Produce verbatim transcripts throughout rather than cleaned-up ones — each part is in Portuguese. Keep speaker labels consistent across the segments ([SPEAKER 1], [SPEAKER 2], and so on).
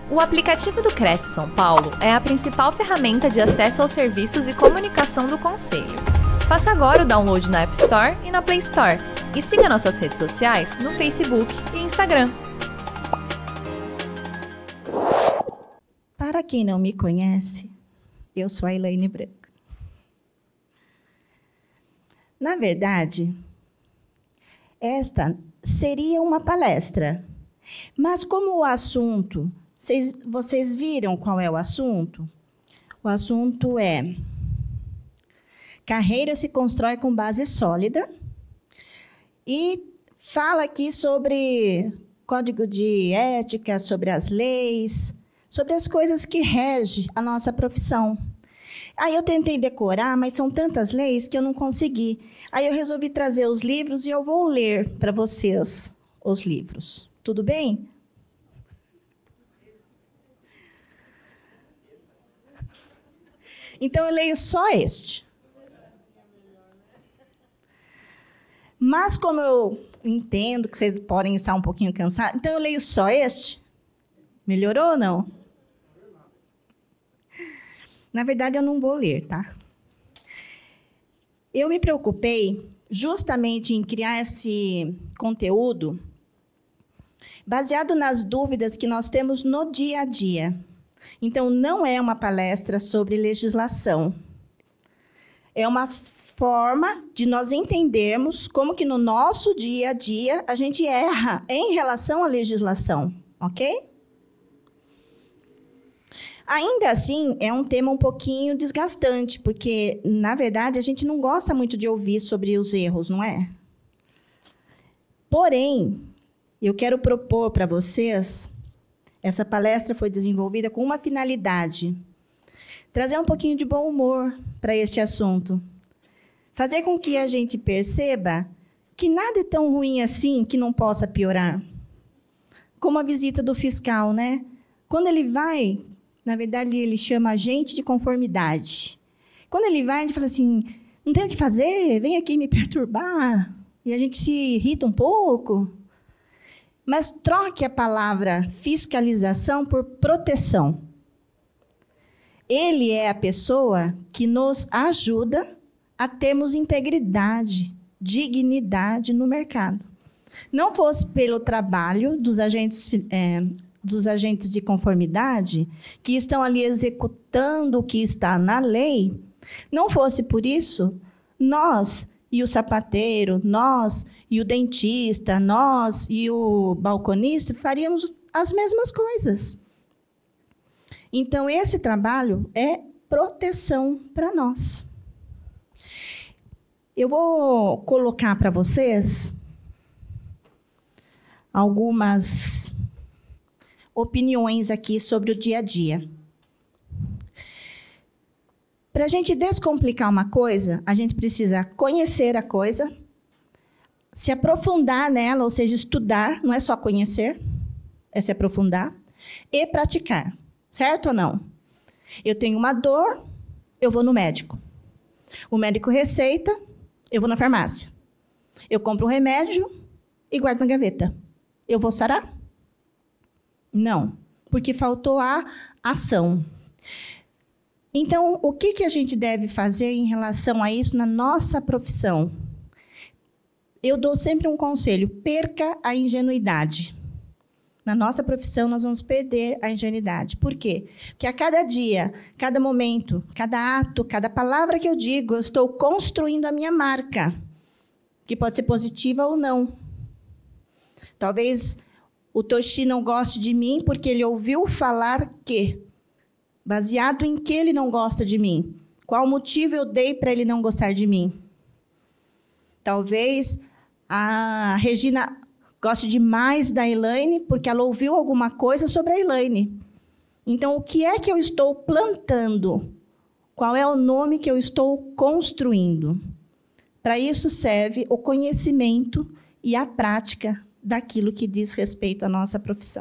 [SPEAKER 1] O aplicativo do Cresce São Paulo é a principal ferramenta de acesso aos serviços e comunicação do Conselho. Faça agora o download na App Store e na Play Store. E siga nossas redes sociais no Facebook e Instagram.
[SPEAKER 2] Para quem não me conhece, eu sou a Elaine Branco. Na verdade, esta seria uma palestra, mas como o assunto... Vocês, vocês viram qual é o assunto? O assunto é: carreira se constrói com base sólida, e fala aqui sobre código de ética, sobre as leis, sobre as coisas que regem a nossa profissão. Aí eu tentei decorar, mas são tantas leis que eu não consegui. Aí eu resolvi trazer os livros e eu vou ler para vocês os livros. Tudo bem? Então, eu leio só este. Mas, como eu entendo que vocês podem estar um pouquinho cansados, então eu leio só este. Melhorou ou não? Na verdade, eu não vou ler, tá? Eu me preocupei justamente em criar esse conteúdo baseado nas dúvidas que nós temos no dia a dia. Então, não é uma palestra sobre legislação. É uma forma de nós entendermos como que no nosso dia a dia a gente erra em relação à legislação, ok? Ainda assim, é um tema um pouquinho desgastante, porque, na verdade, a gente não gosta muito de ouvir sobre os erros, não é? Porém, eu quero propor para vocês... Essa palestra foi desenvolvida com uma finalidade: trazer um pouquinho de bom humor para este assunto. Fazer com que a gente perceba que nada é tão ruim assim que não possa piorar. Como a visita do fiscal, né? Quando ele vai, na verdade, ele chama a gente de conformidade. Quando ele vai, a gente fala assim: não tem o que fazer, vem aqui me perturbar. E a gente se irrita um pouco. Mas troque a palavra fiscalização por proteção. Ele é a pessoa que nos ajuda a termos integridade, dignidade no mercado. Não fosse pelo trabalho dos agentes, é, dos agentes de conformidade, que estão ali executando o que está na lei, não fosse por isso, nós e o sapateiro, nós e o dentista, nós e o balconista faríamos as mesmas coisas. Então, esse trabalho é proteção para nós. Eu vou colocar para vocês algumas opiniões aqui sobre o dia a dia. Para a gente descomplicar uma coisa, a gente precisa conhecer a coisa, se aprofundar nela, ou seja, estudar, não é só conhecer, é se aprofundar, e praticar, certo ou não? Eu tenho uma dor, eu vou no médico. O médico receita, eu vou na farmácia. Eu compro um remédio e guardo na gaveta. Eu vou sarar? Não, porque faltou a ação. Então, o que, que a gente deve fazer em relação a isso na nossa profissão? Eu dou sempre um conselho: perca a ingenuidade. Na nossa profissão, nós vamos perder a ingenuidade. Por quê? Porque a cada dia, cada momento, cada ato, cada palavra que eu digo, eu estou construindo a minha marca, que pode ser positiva ou não. Talvez o Toshi não goste de mim porque ele ouviu falar que, baseado em que ele não gosta de mim. Qual motivo eu dei para ele não gostar de mim? Talvez a Regina goste demais da Elaine porque ela ouviu alguma coisa sobre a Elaine. Então, o que é que eu estou plantando? Qual é o nome que eu estou construindo? Para isso serve o conhecimento e a prática daquilo que diz respeito à nossa profissão.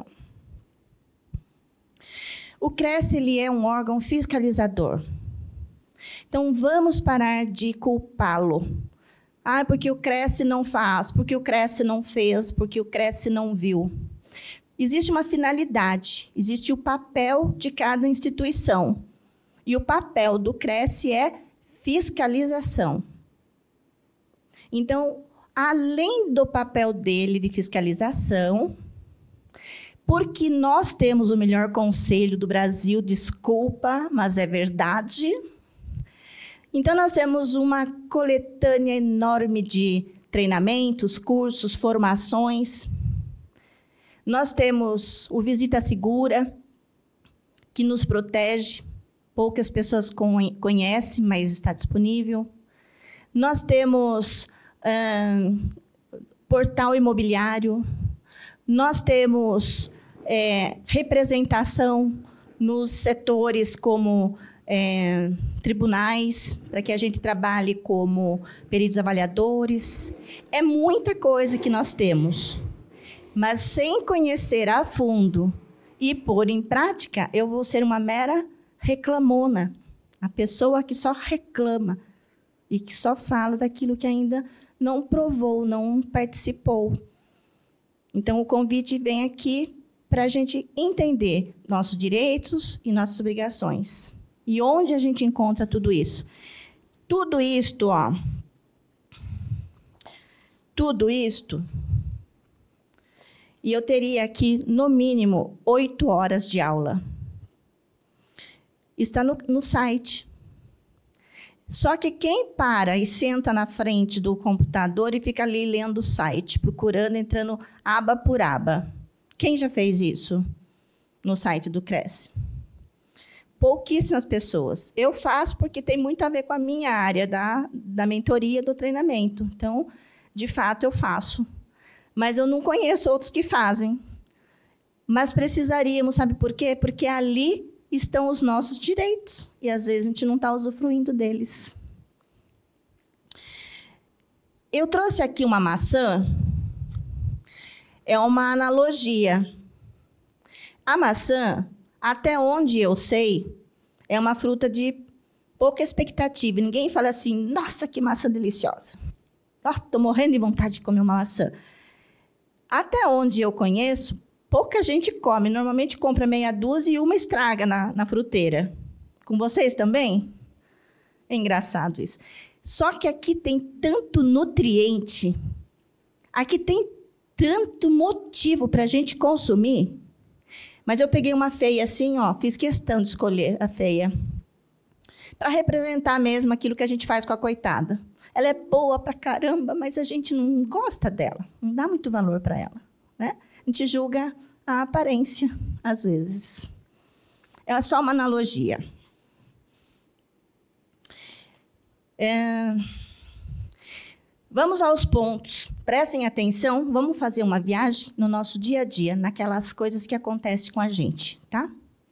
[SPEAKER 2] O Cresce ele é um órgão fiscalizador. Então, vamos parar de culpá-lo. Ah, porque o Cresce não faz, porque o Cresce não fez, porque o Cresce não viu. existe uma finalidade, existe o papel de cada instituição. E o papel do Cresce é fiscalização. Então, além do papel dele de fiscalização, porque nós temos o melhor conselho do Brasil, desculpa, mas é verdade. Então, nós temos uma coletânea enorme de treinamentos, cursos, formações. Nós temos o Visita Segura, que nos protege. Poucas pessoas conhecem, mas está disponível. Nós temos hum, portal imobiliário. Nós temos é, representação nos setores como é, tribunais, para que a gente trabalhe como peritos avaliadores. É muita coisa que nós temos. Mas sem conhecer a fundo e pôr em prática, eu vou ser uma mera reclamona. A pessoa que só reclama e que só fala daquilo que ainda não provou, não participou. Então, o convite vem aqui para a gente entender nossos direitos e nossas obrigações. E onde a gente encontra tudo isso? Tudo isto, ó. Tudo isto. E eu teria aqui, no mínimo, oito horas de aula. Está no, no site. Só que quem para e senta na frente do computador e fica ali lendo o site, procurando, entrando aba por aba. Quem já fez isso no site do Cresce? Pouquíssimas pessoas. Eu faço porque tem muito a ver com a minha área da, da mentoria, do treinamento. Então, de fato, eu faço. Mas eu não conheço outros que fazem. Mas precisaríamos, sabe por quê? Porque ali estão os nossos direitos. E, às vezes, a gente não está usufruindo deles. Eu trouxe aqui uma maçã. É uma analogia. A maçã, até onde eu sei, é uma fruta de pouca expectativa. Ninguém fala assim, nossa, que maçã deliciosa. Estou morrendo de vontade de comer uma maçã. Até onde eu conheço, pouca gente come. Normalmente compra meia dúzia e uma estraga na, na fruteira. Com vocês também? É engraçado isso. Só que aqui tem tanto nutriente, aqui tem tanto motivo para a gente consumir. Mas eu peguei uma feia assim, ó, fiz questão de escolher a feia, para representar mesmo aquilo que a gente faz com a coitada. Ela é boa pra caramba, mas a gente não gosta dela, não dá muito valor para ela, né? A gente julga a aparência, às vezes. É só uma analogia. É... Vamos aos pontos. Prestem atenção, vamos fazer uma viagem no nosso dia a dia, naquelas coisas que acontecem com a gente, tá?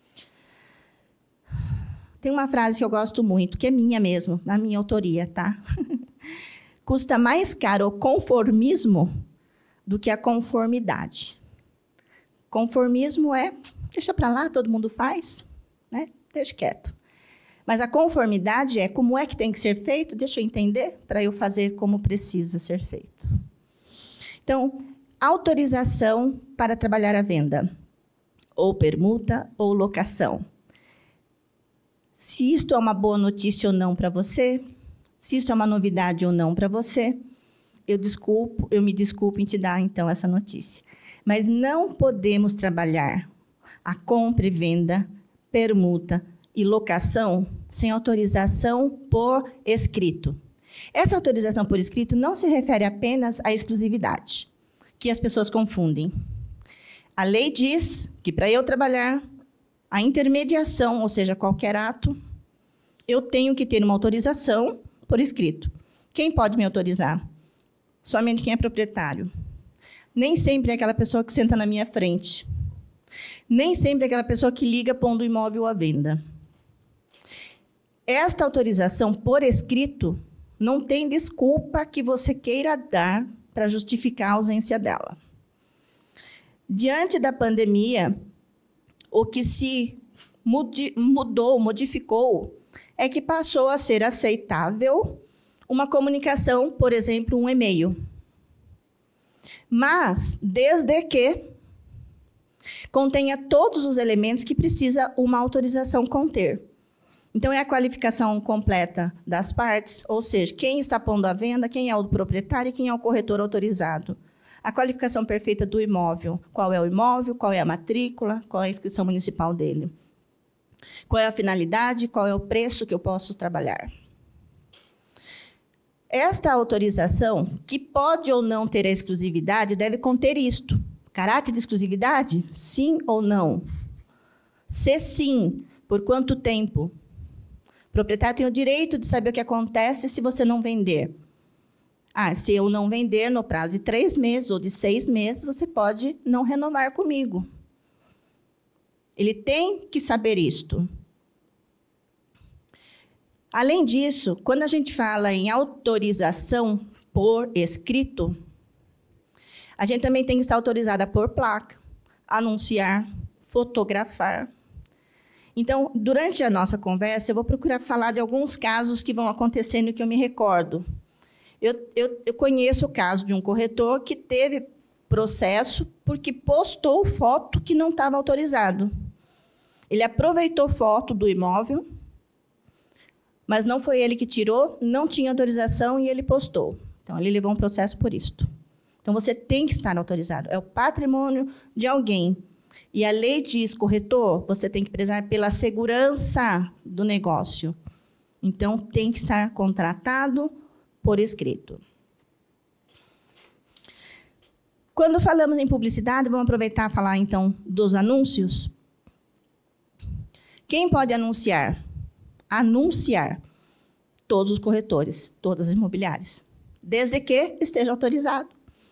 [SPEAKER 2] Tem uma frase que eu gosto muito, que é minha mesmo, na minha autoria, tá? Custa mais caro o conformismo do que a conformidade. Conformismo é, deixa para lá, todo mundo faz, né? Deixa quieto. Mas a conformidade é como é que tem que ser feito, deixa eu entender, para eu fazer como precisa ser feito. Então, autorização para trabalhar a venda, ou permuta, ou locação. Se isto é uma boa notícia ou não para você, se isto é uma novidade ou não para você, eu, desculpo, eu me desculpo em te dar, então, essa notícia. Mas não podemos trabalhar a compra e venda, permuta e locação sem autorização por escrito. Essa autorização por escrito não se refere apenas à exclusividade, que as pessoas confundem. A lei diz que, para eu trabalhar a intermediação, ou seja, qualquer ato, eu tenho que ter uma autorização por escrito. Quem pode me autorizar? Somente quem é proprietário. Nem sempre é aquela pessoa que senta na minha frente. Nem sempre é aquela pessoa que liga pondo o imóvel à venda. Esta autorização por escrito não tem desculpa que você queira dar para justificar a ausência dela. Diante da pandemia, o que se mudou, modificou, é que passou a ser aceitável uma comunicação, por exemplo, um e-mail. Mas, desde que contenha todos os elementos que precisa uma autorização conter. Então, é a qualificação completa das partes, ou seja, quem está pondo à venda, quem é o proprietário e quem é o corretor autorizado. A qualificação perfeita do imóvel, qual é o imóvel, qual é a matrícula, qual é a inscrição municipal dele. Qual é a finalidade, qual é o preço que eu posso trabalhar. Esta autorização, que pode ou não ter a exclusividade, deve conter isto. Caráter de exclusividade? Sim ou não? Se sim, por quanto tempo? O proprietário tem o direito de saber o que acontece se você não vender. Ah, se eu não vender no prazo de três meses ou de seis meses, você pode não renovar comigo. Ele tem que saber isto. Além disso, quando a gente fala em autorização por escrito, a gente também tem que estar autorizada por placa, anunciar, fotografar. Então, durante a nossa conversa, eu vou procurar falar de alguns casos que vão acontecendo que eu me recordo. Eu, eu, eu conheço o caso de um corretor que teve processo porque postou foto que não estava autorizado. Ele aproveitou foto do imóvel, mas não foi ele que tirou, não tinha autorização e ele postou. Então, ele levou um processo por isto. Então, você tem que estar autorizado. É o patrimônio de alguém. E a lei diz, corretor, você tem que prezar pela segurança do negócio. Então, tem que estar contratado por escrito. Quando falamos em publicidade, vamos aproveitar e falar, então, dos anúncios. Quem pode anunciar? Anunciar. Todos os corretores, todas as imobiliárias, desde que esteja autorizado.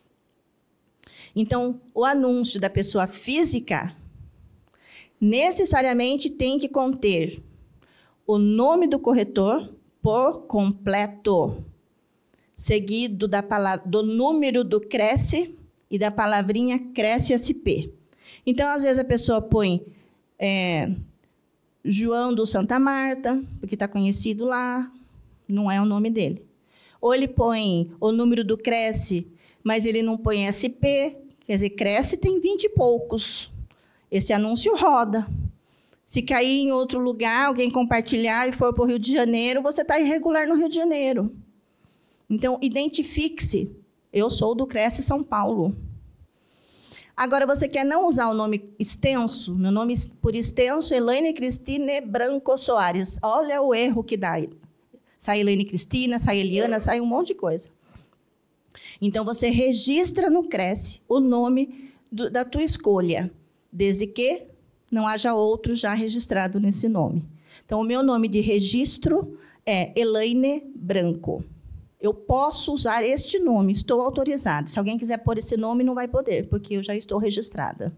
[SPEAKER 2] Então, o anúncio da pessoa física necessariamente tem que conter o nome do corretor por completo, seguido da palavra, do número do Cresce e da palavrinha Cresce S P. Então, às vezes, a pessoa põe é, João do Santa Marta, porque está conhecido lá, não é o nome dele. Ou ele põe o número do Cresce, mas ele não põe S P, quer dizer, Cresce tem vinte e poucos. Esse anúncio roda. Se cair em outro lugar, alguém compartilhar e for para o Rio de Janeiro, você está irregular no Rio de Janeiro. Então, identifique-se. Eu sou do Cresce São Paulo. Agora, você quer não usar o nome extenso? Meu nome por extenso, Elaine Cristine Branco Soares. Olha o erro que dá. Sai Elaine Cristina, sai Eliana, sai um monte de coisa. Então, você registra no Cresce o nome do, da tua escolha, desde que não haja outro já registrado nesse nome. Então, o meu nome de registro é Elaine Branco. Eu posso usar este nome, estou autorizada. Se alguém quiser pôr esse nome, não vai poder, porque eu já estou registrada.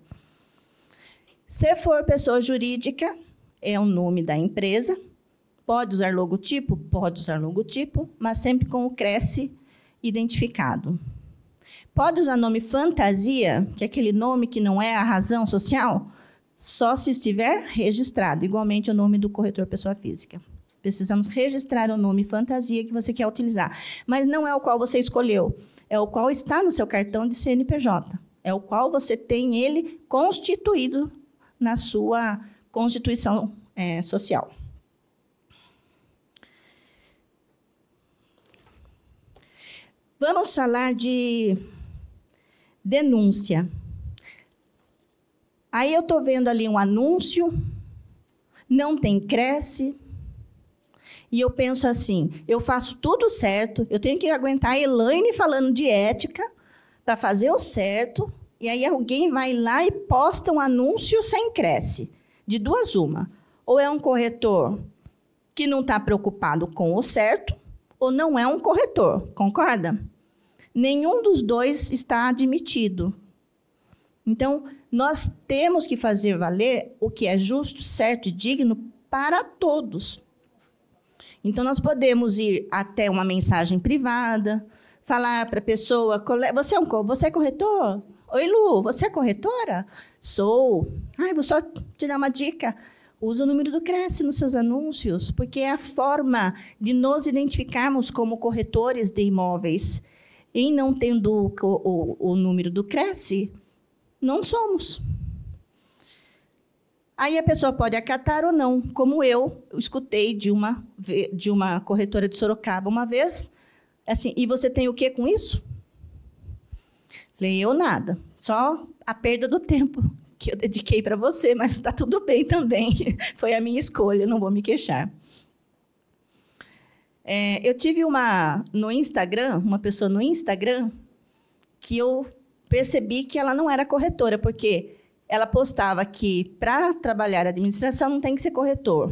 [SPEAKER 2] Se for pessoa jurídica, é o nome da empresa. Pode usar logotipo? Pode usar logotipo, mas sempre com o Cresce identificado. Pode usar nome fantasia, que é aquele nome que não é a razão social, só se estiver registrado, igualmente o nome do corretor pessoa física. Precisamos registrar o nome fantasia que você quer utilizar, mas não é o qual você escolheu, é o qual está no seu cartão de C N P J, é o qual você tem ele constituído na sua constituição é, social. Vamos falar de denúncia. Aí eu estou vendo ali um anúncio, não tem Cresce, e eu penso assim, eu faço tudo certo, eu tenho que aguentar a Elaine falando de ética para fazer o certo, e aí alguém vai lá e posta um anúncio sem Cresce. De duas uma. Ou é um corretor que não está preocupado com o certo, ou não é um corretor, concorda? Nenhum dos dois está admitido. Então, nós temos que fazer valer o que é justo, certo e digno para todos. Então, nós podemos ir até uma mensagem privada, falar para a pessoa, você é, um, você é corretor? Oi, Lu, você é corretora? Sou. Ai, vou só te dar uma dica. Usa o número do Cresce nos seus anúncios, porque é a forma de nos identificarmos como corretores de imóveis. Em não tendo o, o, o número do Cresce, não somos. Aí a pessoa pode acatar ou não, como eu escutei de uma, de uma corretora de Sorocaba uma vez, assim, e você tem o que com isso? Falei, eu nada, só a perda do tempo que eu dediquei para você, mas está tudo bem também, foi a minha escolha, não vou me queixar. É, eu tive uma, no Instagram, uma pessoa no Instagram, que eu percebi que ela não era corretora, porque ela postava que, para trabalhar administração, não tem que ser corretor.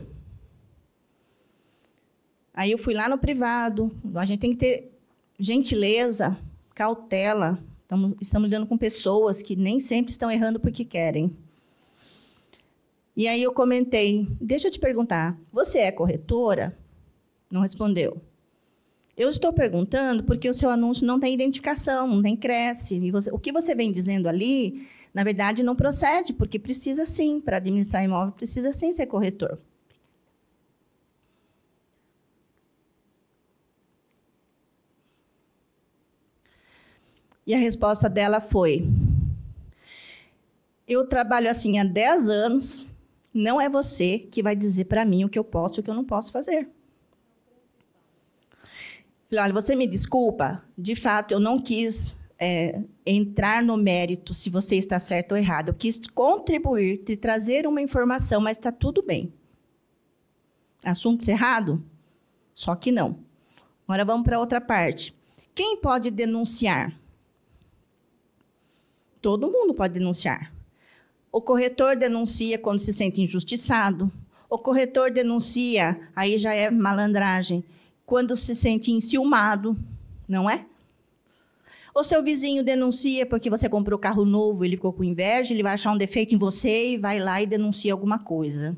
[SPEAKER 2] Aí eu fui lá no privado, a gente tem que ter gentileza, cautela. Estamos, estamos lidando com pessoas que nem sempre estão errando porque querem. E aí eu comentei, deixa eu te perguntar, você é corretora? Não respondeu. Eu estou perguntando porque o seu anúncio não tem identificação, não tem cresce. E você, o que você vem dizendo ali, na verdade, não procede, porque precisa sim, para administrar imóvel, precisa sim ser corretor. E a resposta dela foi, eu trabalho assim há dez anos, não é você que vai dizer para mim o que eu posso e o que eu não posso fazer. Falei, olha, você me desculpa, de fato, eu não quis é, entrar no mérito se você está certo ou errado. Eu quis contribuir, te trazer uma informação, mas está tudo bem. Assunto encerrado? Só que não. Agora vamos para outra parte. Quem pode denunciar? Todo mundo pode denunciar. O corretor denuncia quando se sente injustiçado. O corretor denuncia, aí já é malandragem, quando se sente enciumado, não é? O seu vizinho denuncia porque você comprou carro novo, ele ficou com inveja, ele vai achar um defeito em você e vai lá e denuncia alguma coisa.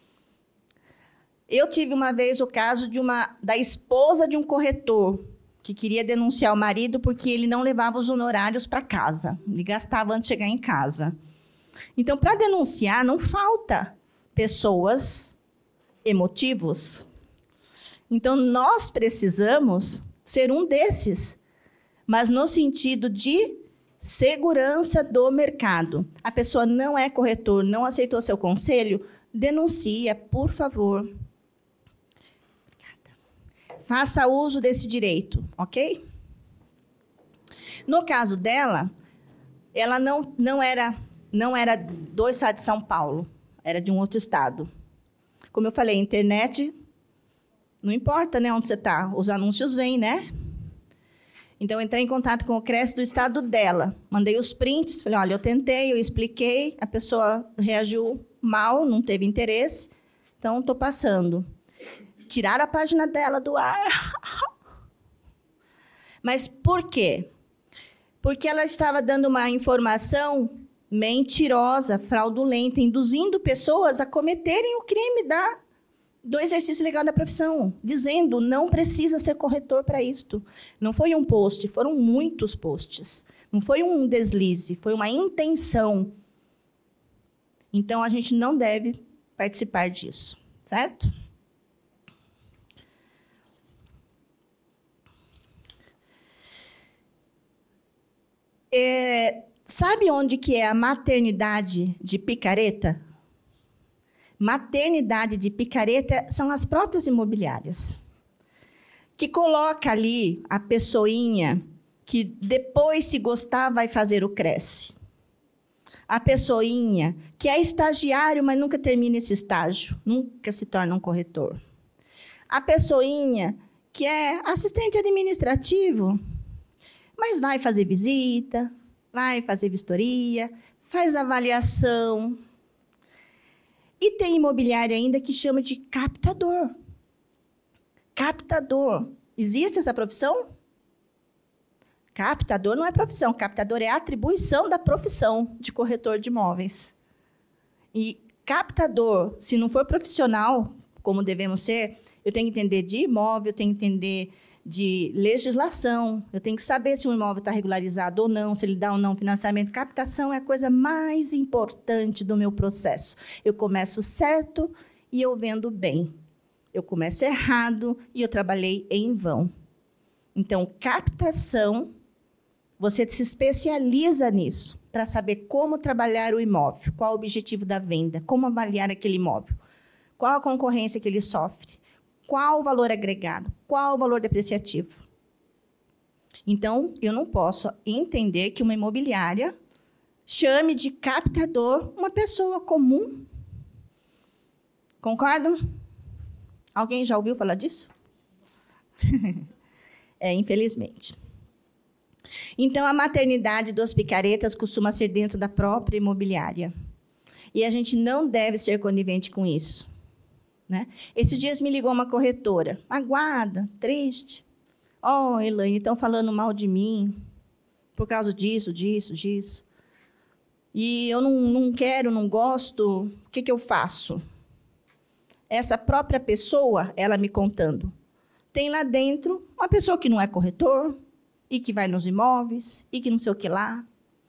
[SPEAKER 2] Eu tive uma vez o caso de uma, da esposa de um corretor que queria denunciar o marido porque ele não levava os honorários para casa. Ele gastava antes de chegar em casa. Então, para denunciar, não falta pessoas emotivos. Então, nós precisamos ser um desses, mas no sentido de segurança do mercado. A pessoa não é corretor, não aceitou seu conselho, denuncia, por favor. Obrigada. Faça uso desse direito, ok? No caso dela, ela não, não, era, não era do estado de São Paulo, era de um outro estado. Como eu falei, internet... Não importa, né, onde você está, os anúncios vêm, né? Então, eu entrei em contato com o CRES do estado dela. Mandei os prints, falei, olha, eu tentei, eu expliquei, a pessoa reagiu mal, não teve interesse, então estou passando. Tiraram a página dela do ar. Mas por quê? Porque ela estava dando uma informação mentirosa, fraudulenta, induzindo pessoas a cometerem o crime da do exercício legal da profissão, dizendo não precisa ser corretor para isto. Não foi um post, foram muitos posts. Não foi um deslize, foi uma intenção. Então, a gente não deve participar disso, certo? É, sabe onde que é a maternidade de picareta? Maternidade de picareta são as próprias imobiliárias, que coloca ali a pessoinha que depois, se gostar, vai fazer o Cresce. A pessoinha que é estagiário, mas nunca termina esse estágio, nunca se torna um corretor. A pessoinha que é assistente administrativo, mas vai fazer visita, vai fazer vistoria, faz avaliação. E tem imobiliária ainda que chama de captador. Captador. Existe essa profissão? Captador não é profissão. Captador é a atribuição da profissão de corretor de imóveis. E captador, se não for profissional, como devemos ser, eu tenho que entender de imóvel, eu tenho que entender de legislação, eu tenho que saber se um imóvel está regularizado ou não, se ele dá ou não financiamento. Captação é a coisa mais importante do meu processo. Eu começo certo e eu vendo bem. Eu começo errado e eu trabalhei em vão. Então, captação, você se especializa nisso. para saber como trabalhar o imóvel, qual o objetivo da venda, como avaliar aquele imóvel, qual a concorrência que ele sofre, qual o valor agregado, qual o valor depreciativo. Então, eu não posso entender que uma imobiliária chame de captador uma pessoa comum. Concordam? Alguém já ouviu falar disso? É, infelizmente. Então, a maternidade dos picaretas costuma ser dentro da própria imobiliária. E a gente não deve ser conivente com isso. Né? Esses dias me ligou uma corretora, magoada, triste. Oh, Elaine, estão falando mal de mim por causa disso, disso, disso. E eu não, não quero, não gosto, o que, que eu faço? Essa própria pessoa, ela me contando, tem lá dentro uma pessoa que não é corretor e que vai nos imóveis e que não sei o que lá.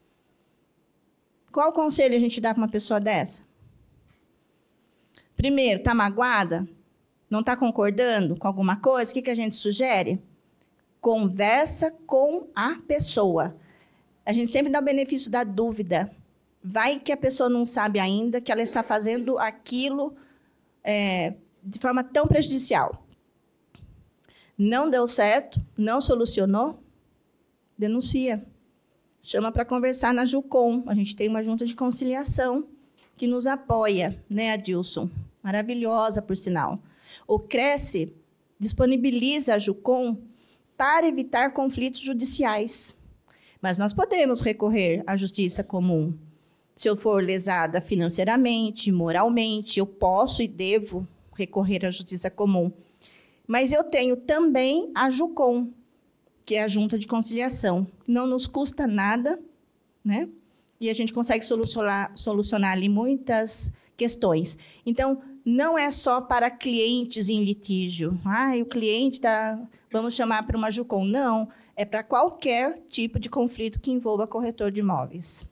[SPEAKER 2] Qual conselho a gente dá para uma pessoa dessa? Primeiro, está magoada? Não está concordando com alguma coisa? O que, que a gente sugere? Conversa com a pessoa. A gente sempre dá o benefício da dúvida. Vai que a pessoa não sabe ainda que ela está fazendo aquilo é, de forma tão prejudicial. Não deu certo, não solucionou, denuncia. Chama para conversar na JUCOM. A gente tem uma junta de conciliação que nos apoia, né, Adilson? Maravilhosa, por sinal. O Cresce disponibiliza a JUCOM para evitar conflitos judiciais. Mas nós podemos recorrer à justiça comum. Se eu for lesada financeiramente, moralmente, eu posso e devo recorrer à justiça comum. Mas eu tenho também a JUCOM, que é a Junta de Conciliação. Não nos custa nada, né? E a gente consegue solucionar, solucionar ali muitas questões. Então, não é só para clientes em litígio. Ah, o cliente está... Vamos chamar para uma JUCOM. Não, é para qualquer tipo de conflito que envolva corretor de imóveis.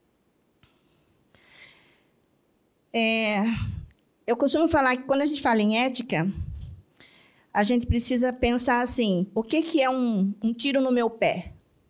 [SPEAKER 2] É, eu costumo falar que, quando a gente fala em ética, a gente precisa pensar assim, o que, que é um, um tiro no meu pé?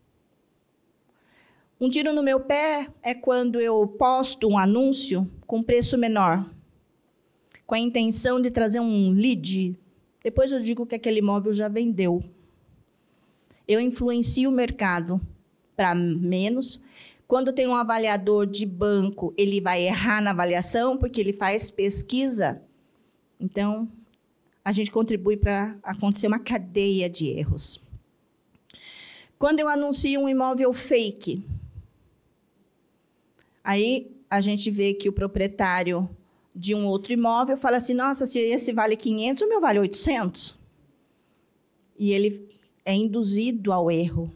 [SPEAKER 2] Um tiro no meu pé é quando eu posto um anúncio com preço menor, com a intenção de trazer um lead. Depois eu digo que aquele imóvel já vendeu. Eu influencio o mercado para menos. Quando tem um avaliador de banco, ele vai errar na avaliação, porque ele faz pesquisa. Então, a gente contribui para acontecer uma cadeia de erros. Quando eu anuncio um imóvel fake, aí a gente vê que o proprietário de um outro imóvel fala assim, nossa, se esse vale quinhentos, o meu vale oitocentos. E ele é induzido ao erro.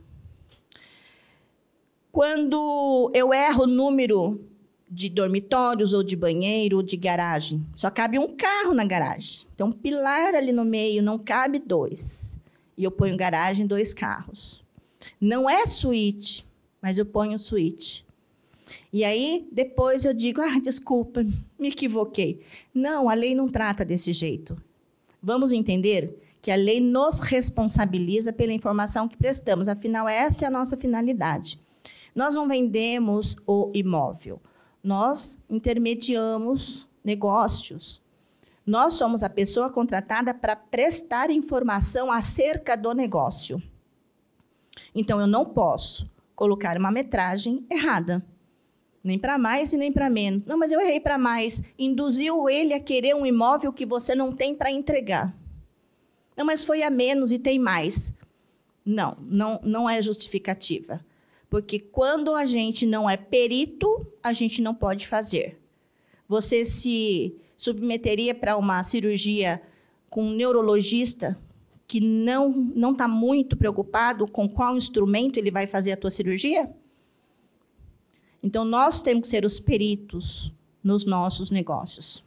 [SPEAKER 2] Quando eu erro o número de dormitórios, ou de banheiro, ou de garagem, só cabe um carro na garagem. Tem um pilar ali no meio, não cabe dois. E eu ponho garagem, dois carros. Não é suíte, mas eu ponho suíte. E aí, depois eu digo, ah, desculpa, me equivoquei. Não, a lei não trata desse jeito. Vamos entender que a lei nos responsabiliza pela informação que prestamos. Afinal, esta é a nossa finalidade. Nós não vendemos o imóvel. Nós intermediamos negócios. Nós somos a pessoa contratada para prestar informação acerca do negócio. Então, eu não posso colocar uma metragem errada. Nem para mais e nem para menos. Não, mas eu errei para mais. Induziu ele a querer um imóvel que você não tem para entregar. Não, mas foi a menos e tem mais. Não, não, não é justificativa. Porque quando a gente não é perito, a gente não pode fazer. Você se submeteria para uma cirurgia com um neurologista que não não está muito preocupado com qual instrumento ele vai fazer a tua cirurgia? Então, nós temos que ser os peritos nos nossos negócios.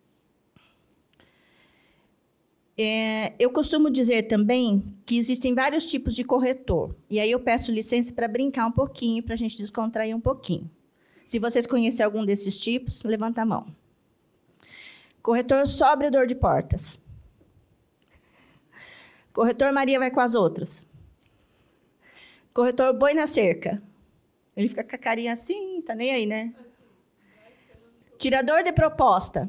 [SPEAKER 2] É, eu costumo dizer também que existem vários tipos de corretor. E aí eu peço licença para brincar um pouquinho, para a gente descontrair um pouquinho. Se vocês conhecem algum desses tipos, levanta a mão. Corretor só abridor de portas. Corretor Maria vai com as outras. Corretor boi na cerca. Ele fica com a carinha assim, tá nem aí, né? Tirador de proposta.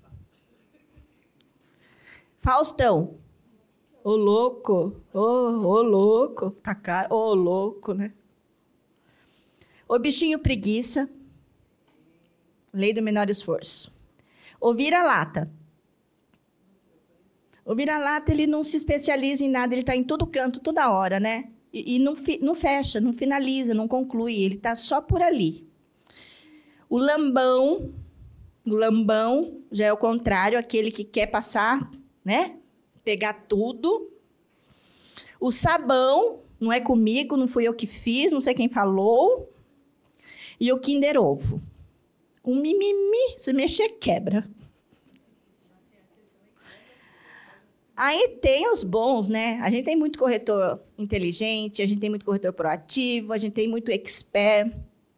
[SPEAKER 2] Faustão. Ô louco, ô, ô louco, tá caro, ô louco, né? O bichinho preguiça. Lei do menor esforço. O vira-lata. O vira-lata, ele não se especializa em nada, ele está em todo canto, toda hora, né? E, e não, fi, não fecha, não finaliza, não conclui, ele está só por ali. O lambão, o lambão já é o contrário, aquele que quer passar, né? Pegar tudo. O sabão, não é comigo, não fui eu que fiz, não sei quem falou. E o Kinder Ovo. O mimimi, se mexer, quebra. Aí tem os bons, né? A gente tem muito corretor inteligente, a gente tem muito corretor proativo, a gente tem muito expert.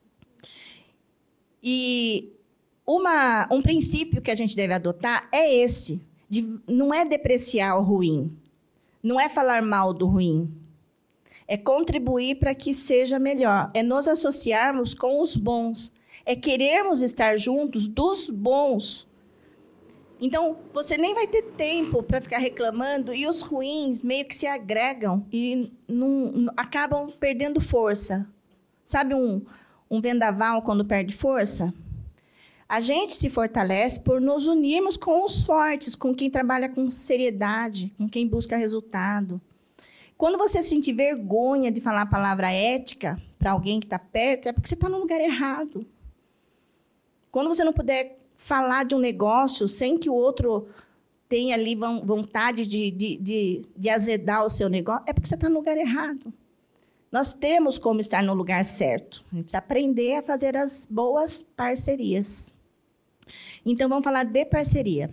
[SPEAKER 2] E uma, um princípio que a gente deve adotar é esse, de, não é depreciar o ruim, não é falar mal do ruim, é contribuir para que seja melhor, é nos associarmos com os bons, é querermos estar juntos dos bons. Então, você nem vai ter tempo para ficar reclamando e os ruins meio que se agregam e não, não, acabam perdendo força. Sabe um, um vendaval quando perde força? A gente se fortalece por nos unirmos com os fortes, com quem trabalha com seriedade, com quem busca resultado. Quando você sentir vergonha de falar a palavra ética para alguém que está perto, é porque você está no lugar errado. Quando você não puder falar de um negócio sem que o outro tenha ali vontade de, de, de, de azedar o seu negócio, é porque você está no lugar errado. Nós temos como estar no lugar certo. A gente precisa aprender a fazer as boas parcerias. Então, vamos falar de parceria.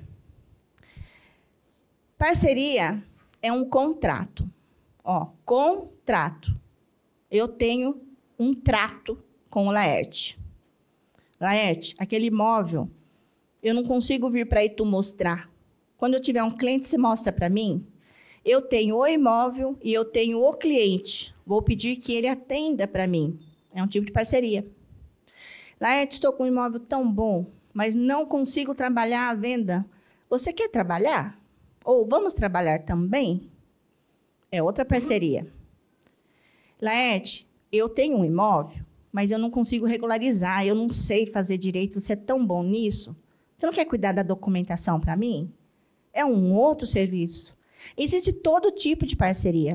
[SPEAKER 2] Parceria é um contrato. Ó, contrato. Eu tenho um trato com o Laerte. Laerte, aquele imóvel, eu não consigo vir para aí tu mostrar. Quando eu tiver um cliente, você mostra para mim. Eu tenho o imóvel e eu tenho o cliente. Vou pedir que ele atenda para mim. É um tipo de parceria. Laerte, estou com um imóvel tão bom, mas não consigo trabalhar a venda. Você quer trabalhar? Ou vamos trabalhar também? É outra parceria. Laerte, eu tenho um imóvel, mas eu não consigo regularizar, eu não sei fazer direito. Você é tão bom nisso? Você não quer cuidar da documentação para mim? É um outro serviço. Existe todo tipo de parceria.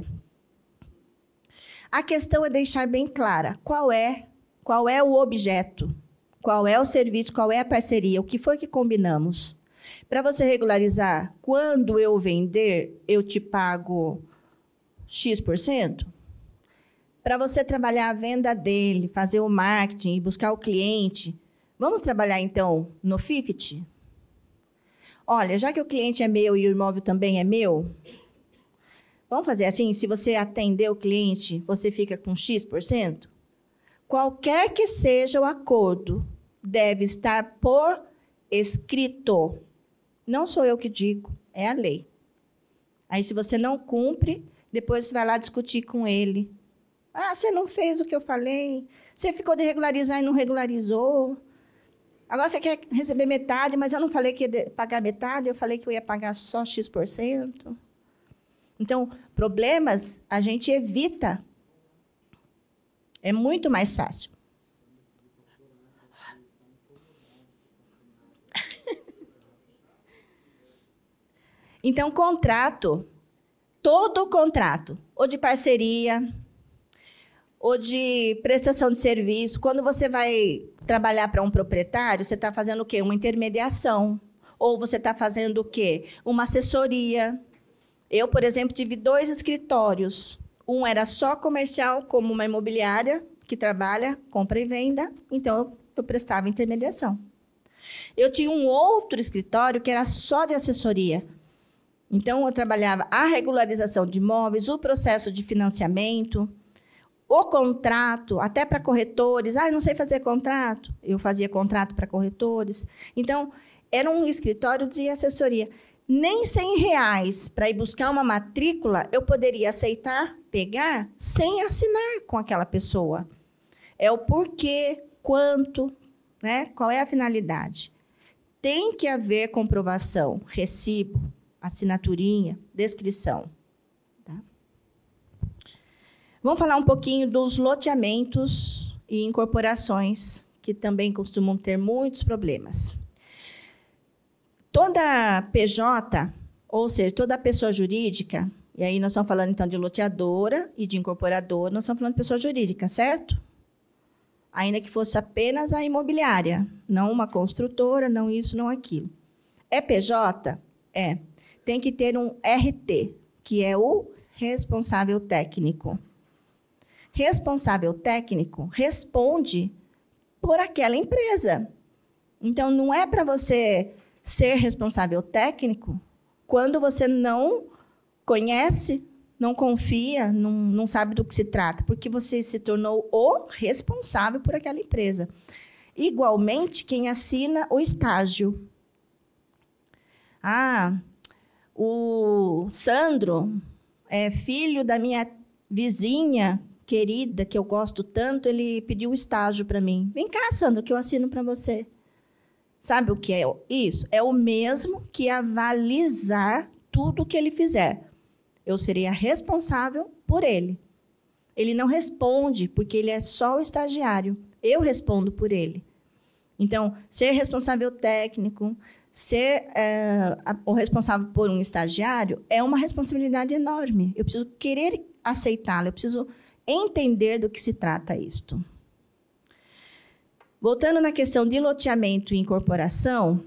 [SPEAKER 2] A questão é deixar bem clara qual é, qual é o objeto, qual é o serviço, qual é a parceria, o que foi que combinamos. Para você regularizar, quando eu vender, eu te pago X por cento? Para você trabalhar a venda dele, fazer o marketing e buscar o cliente, vamos trabalhar, então, no cinquenta? Olha, já que o cliente é meu e o imóvel também é meu, vamos fazer assim, se você atender o cliente, você fica com X por cento? Qualquer que seja o acordo, deve estar por escrito. Não sou eu que digo, é a lei. Aí, se você não cumpre, depois você vai lá discutir com ele. Ah, você não fez o que eu falei, você ficou de regularizar e não regularizou. Agora você quer receber metade, mas eu não falei que ia pagar metade, eu falei que eu ia pagar só X por cento. Então, problemas a gente evita. É muito mais fácil. Então, contrato, todo contrato, ou de parceria, ou de prestação de serviço, quando você vai trabalhar para um proprietário, você está fazendo o quê? Uma intermediação. Ou você está fazendo o quê? Uma assessoria. Eu, por exemplo, tive dois escritórios. Um era só comercial, como uma imobiliária, que trabalha, compra e venda. Então, eu, eu prestava intermediação. Eu tinha um outro escritório que era só de assessoria. Então, eu trabalhava a regularização de imóveis, o processo de financiamento, o contrato, até para corretores. Ah, eu não sei fazer contrato. Eu fazia contrato para corretores. Então, era um escritório de assessoria. Nem cem reais para ir buscar uma matrícula, eu poderia aceitar, pegar, sem assinar com aquela pessoa. É o porquê, quanto, né? Qual é a finalidade. Tem que haver comprovação, recibo, assinaturinha, descrição. Tá? Vamos falar um pouquinho dos loteamentos e incorporações, que também costumam ter muitos problemas. Toda P J, ou seja, toda pessoa jurídica, e aí nós estamos falando então de loteadora e de incorporadora, nós estamos falando de pessoa jurídica, certo? Ainda que fosse apenas a imobiliária, não uma construtora, não isso, não aquilo. É P J? É. Tem que ter um R T, que é o responsável técnico. Responsável técnico responde por aquela empresa. Então, não é para você ser responsável técnico quando você não conhece, não confia, não, não sabe do que se trata, porque você se tornou o responsável por aquela empresa. Igualmente, quem assina o estágio. Ah, o Sandro é filho da minha vizinha querida, que eu gosto tanto, ele pediu um estágio para mim. Vem cá, Sandro, que eu assino para você. Sabe o que é isso? É o mesmo que avalizar tudo o que ele fizer. Eu serei a responsável por ele. Ele não responde, porque ele é só o estagiário. Eu respondo por ele. Então, ser responsável técnico, ser é, o responsável por um estagiário, é uma responsabilidade enorme. Eu preciso querer aceitá-lo, eu preciso entender do que se trata isto. Voltando na questão de loteamento e incorporação,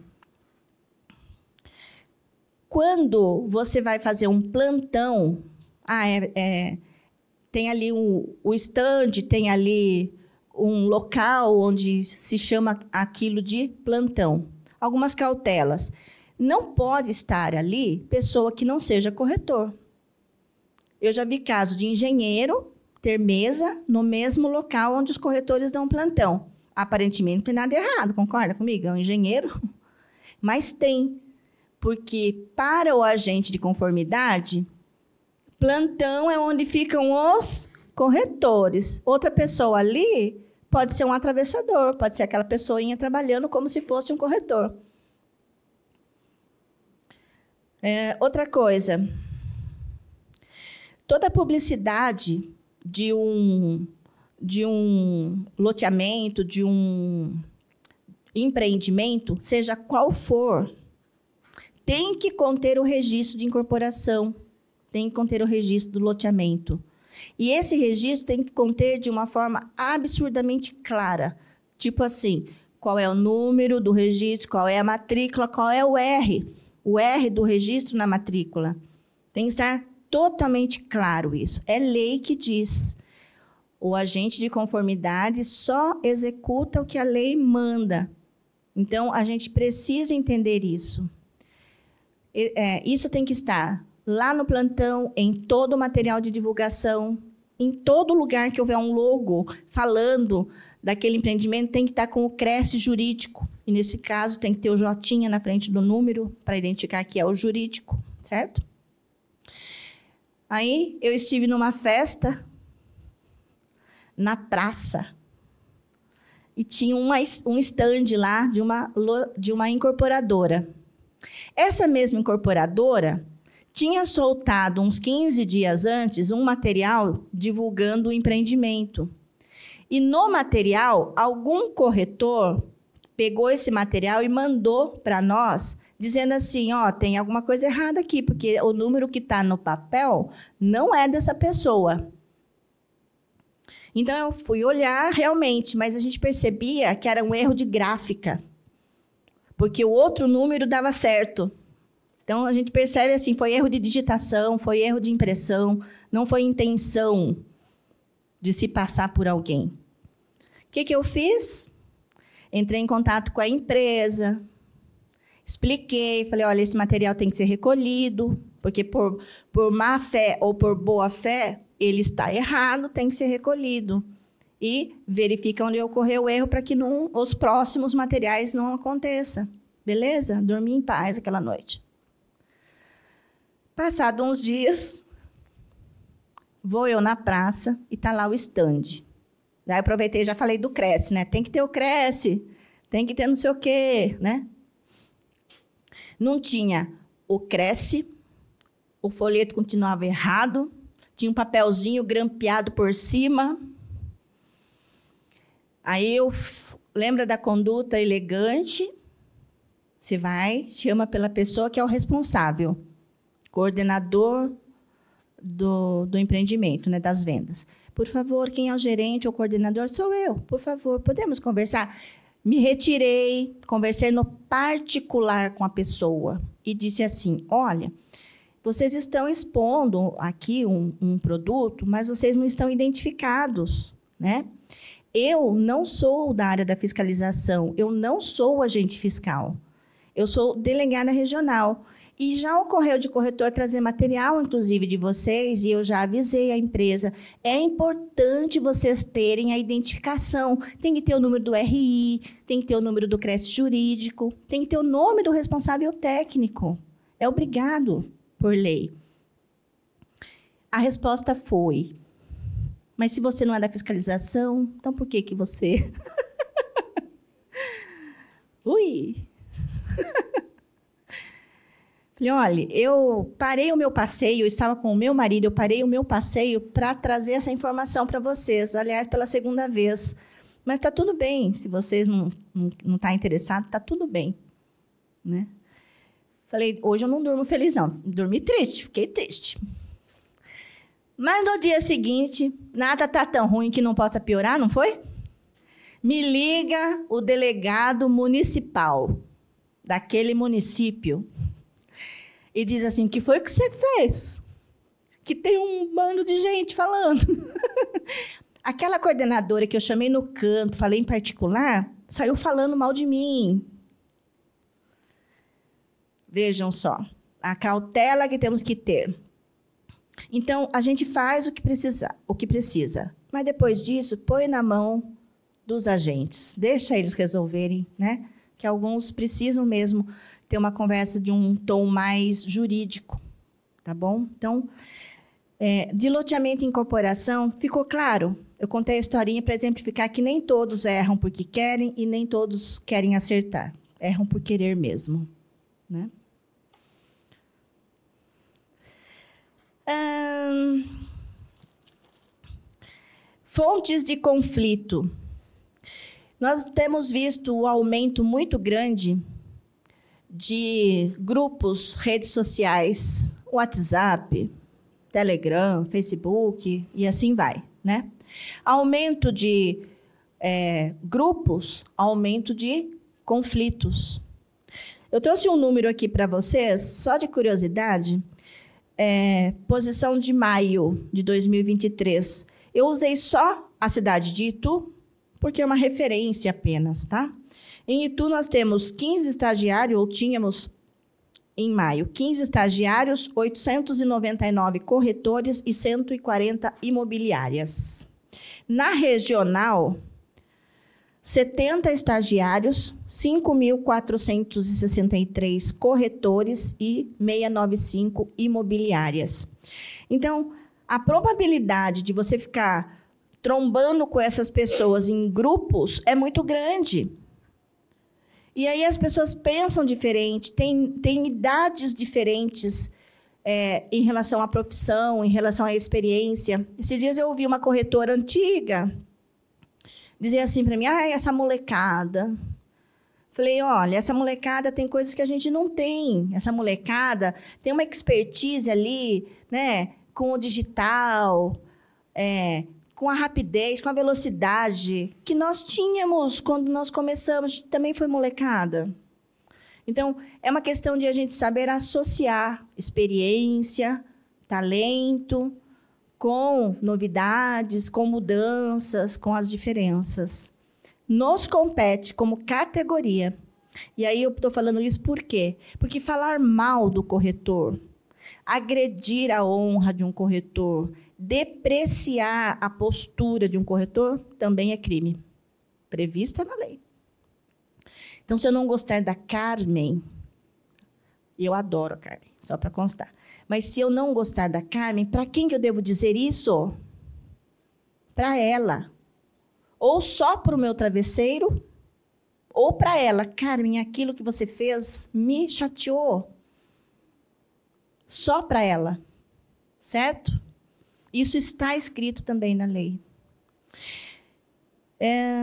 [SPEAKER 2] quando você vai fazer um plantão, ah, é, é, tem ali um, o stand, tem ali um local onde se chama aquilo de plantão. Algumas cautelas. Não pode estar ali pessoa que não seja corretor. Eu já vi caso de engenheiro ter mesa no mesmo local onde os corretores dão plantão. Aparentemente não tem nada errado, concorda comigo? É um engenheiro. Mas tem. Porque, para o agente de conformidade, plantão é onde ficam os corretores. Outra pessoa ali pode ser um atravessador, pode ser aquela pessoinha trabalhando como se fosse um corretor. É, outra coisa, toda publicidade de um, de um loteamento, de um empreendimento, seja qual for, tem que conter o registro de incorporação, tem que conter o registro do loteamento. E esse registro tem que conter de uma forma absurdamente clara. Tipo assim, qual é o número do registro, qual é a matrícula, qual é o R. O R do registro na matrícula. Tem que estar totalmente claro isso. É lei que diz. O agente de conformidade só executa o que a lei manda. Então, a gente precisa entender isso. É, isso tem que estar lá no plantão, em todo o material de divulgação, em todo lugar que houver um logo falando daquele empreendimento, tem que estar com o CRES jurídico. E, nesse caso, tem que ter o Jotinha na frente do número para identificar que é o jurídico, certo? Aí, eu estive numa festa na praça e tinha uma, um stand lá de uma, de uma incorporadora. Essa mesma incorporadora tinha soltado, uns quinze dias antes, um material divulgando o empreendimento. E no material, algum corretor pegou esse material e mandou para nós, dizendo assim, ó, tem alguma coisa errada aqui, porque o número que está no papel não é dessa pessoa. Então, eu fui olhar realmente, mas a gente percebia que era um erro de gráfica, porque o outro número dava certo. Então, a gente percebe assim, foi erro de digitação, foi erro de impressão, não foi intenção de se passar por alguém. O que, que eu fiz? Entrei em contato com a empresa, expliquei, falei, olha, esse material tem que ser recolhido, porque por, por má fé ou por boa fé, ele está errado, tem que ser recolhido. E verifica onde ocorreu o erro para que não, os próximos materiais não aconteçam. Beleza? Dormi em paz aquela noite. Passados uns dias, vou eu na praça e está lá o stand. Daí eu aproveitei e já falei do Cresce, né? Tem que ter o Cresce, tem que ter não sei o quê, né? Não tinha o Cresce, o folheto continuava errado, tinha um papelzinho grampeado por cima. Aí eu... Lembra da conduta elegante? Você vai, chama pela pessoa que é o responsável, coordenador do, do empreendimento, né, das vendas. Por favor, quem é o gerente ou coordenador? Sou eu. Por favor, podemos conversar? Me retirei, conversei no particular com a pessoa e disse assim, olha, vocês estão expondo aqui um, um produto, mas vocês não estão identificados, né? Eu não sou da área da fiscalização, eu não sou agente fiscal. Eu sou delegada regional. E já ocorreu de corretor trazer material, inclusive, de vocês, e eu já avisei a empresa. É importante vocês terem a identificação. Tem que ter o número do R I, tem que ter o número do Cresce jurídico, tem que ter o nome do responsável técnico. É obrigado por lei. A resposta foi, mas se você não é da fiscalização, então por que que você... Ui! Falei, olha, eu parei o meu passeio, eu estava com o meu marido, eu parei o meu passeio para trazer essa informação para vocês, aliás, pela segunda vez. Mas está tudo bem, se vocês não estão não, não interessados, está tudo bem. Né? Falei, hoje eu não durmo feliz, não. Dormi triste, fiquei triste. Mas no dia seguinte, nada está tão ruim que não possa piorar, não foi? Me liga o delegado municipal daquele município e diz assim, o que foi que você fez? Que tem um bando de gente falando. Aquela coordenadora que eu chamei no canto, falei em particular, saiu falando mal de mim. Vejam só, a cautela que temos que ter. Então, a gente faz o que precisa, o que precisa, mas depois disso, põe na mão dos agentes. Deixa eles resolverem, né? Que alguns precisam mesmo ter uma conversa de um tom mais jurídico, tá bom? Então, é, de loteamento e incorporação, ficou claro? Eu contei a historinha para exemplificar que nem todos erram porque querem e nem todos querem acertar. Erram por querer mesmo, né? Hum, fontes de conflito. Nós temos visto o aumento muito grande de grupos, redes sociais, WhatsApp, Telegram, Facebook e assim vai, né? Aumento de é, grupos, aumento de conflitos. Eu trouxe um número aqui para vocês, só de curiosidade, é, posição de maio de dois mil e vinte e três. Eu usei só a cidade de Itu, porque é uma referência apenas, tá? Em Itu, nós temos quinze estagiários, ou tínhamos, em maio, quinze estagiários, oitocentos e noventa e nove corretores e cento e quarenta imobiliárias. Na regional, setenta estagiários, cinco mil quatrocentos e sessenta e três corretores e seiscentos e noventa e cinco imobiliárias. Então, a probabilidade de você ficar trombando com essas pessoas em grupos é muito grande. E aí as pessoas pensam diferente, têm, têm idades diferentes é, em relação à profissão, em relação à experiência. Esses dias eu ouvi uma corretora antiga dizer assim para mim, ah, essa molecada. Falei, olha, essa molecada tem coisas que a gente não tem. Essa molecada tem uma expertise ali, né, com o digital, é, com a rapidez, com a velocidade que nós tínhamos quando nós começamos, também foi molecada. Então, é uma questão de a gente saber associar experiência, talento, com novidades, com mudanças, com as diferenças. Nos compete como categoria. E aí eu estou falando isso por quê? Porque falar mal do corretor, agredir a honra de um corretor, depreciar a postura de um corretor, também é crime. Prevista na lei. Então, se eu não gostar da Carmen, eu adoro a Carmen, só para constar. Mas se eu não gostar da Carmen, para quem que eu devo dizer isso? Para ela. ou só para o meu travesseiro, ou para ela, Carmen, aquilo que você fez me chateou. Só para ela, certo? Isso está escrito também na lei. É...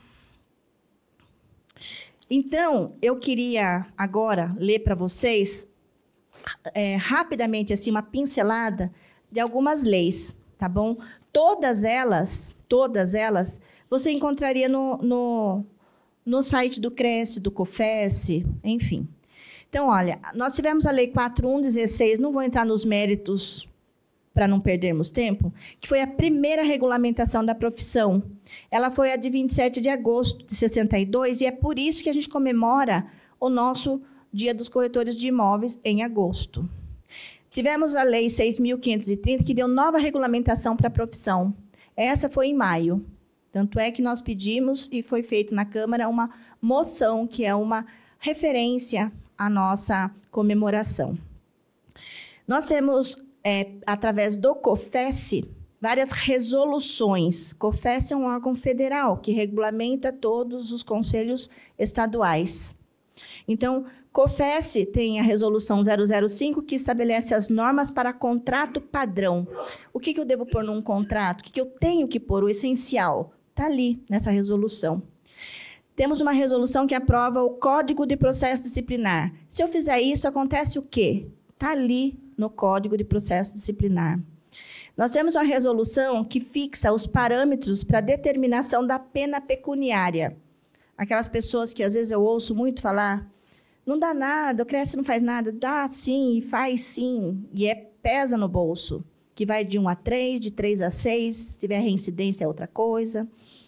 [SPEAKER 2] Então, eu queria agora ler para vocês, é, rapidamente, assim, uma pincelada de algumas leis, tá bom? Todas elas, todas elas, você encontraria no, no, no site do CRES, do COFES, enfim. Então, olha, nós tivemos a Lei quatro mil cento e dezesseis, não vou entrar nos méritos para não perdermos tempo, que foi a primeira regulamentação da profissão. Ela foi a de vinte e sete de agosto de sessenta e dois, e é por isso que a gente comemora o nosso Dia dos Corretores de Imóveis em agosto. Tivemos a Lei seis mil quinhentos e trinta, que deu nova regulamentação para a profissão. Essa foi em maio. Tanto é que nós pedimos, e foi feito na Câmara, uma moção, que é uma referência à nossa comemoração. Nós temos... É, através do COFES, várias resoluções. COFES é um órgão federal que regulamenta todos os conselhos estaduais. Então, COFES tem a resolução zero zero cinco, que estabelece as normas para contrato padrão. O que, que eu devo pôr num contrato? O que, que eu tenho que pôr? O essencial. Está ali, nessa resolução. Temos uma resolução que aprova o Código de Processo Disciplinar. Se eu fizer isso, acontece o quê? Está ali no Código de Processo Disciplinar. Nós temos uma resolução que fixa os parâmetros para determinação da pena pecuniária. Aquelas pessoas que, às vezes, eu ouço muito falar, não dá nada, o CRES não faz nada. Dá sim, e faz sim, e é, pesa no bolso, que vai de um a três, de três a seis, se tiver reincidência é outra coisa.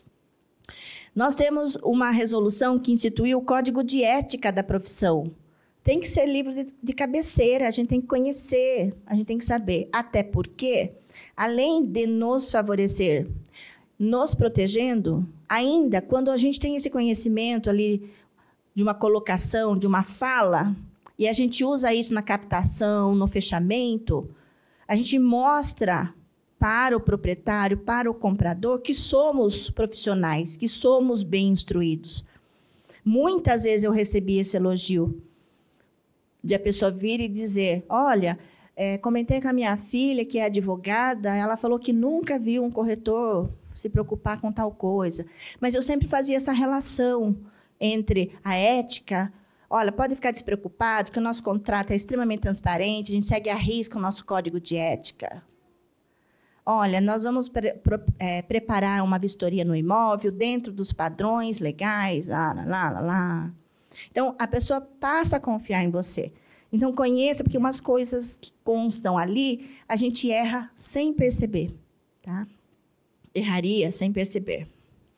[SPEAKER 2] Nós temos uma resolução que instituiu o Código de Ética da profissão. Tem que ser livro de, de cabeceira, a gente tem que conhecer, a gente tem que saber. Até porque, além de nos favorecer, nos protegendo, ainda, quando a gente tem esse conhecimento ali de uma colocação, de uma fala, e a gente usa isso na captação, no fechamento, a gente mostra para o proprietário, para o comprador, que somos profissionais, que somos bem instruídos. Muitas vezes eu recebi esse elogio, de a pessoa vir e dizer, olha, é, comentei com a minha filha, que é advogada, ela falou que nunca viu um corretor se preocupar com tal coisa. Mas eu sempre fazia essa relação entre a ética, olha, pode ficar despreocupado, que o nosso contrato é extremamente transparente, a gente segue à risca o nosso código de ética. Olha, nós vamos pre pro, é, preparar uma vistoria no imóvel dentro dos padrões legais, lá, lá, lá, lá, lá. Então, a pessoa passa a confiar em você. Então, conheça, porque umas coisas que constam ali, a gente erra sem perceber. Tá? Erraria sem perceber.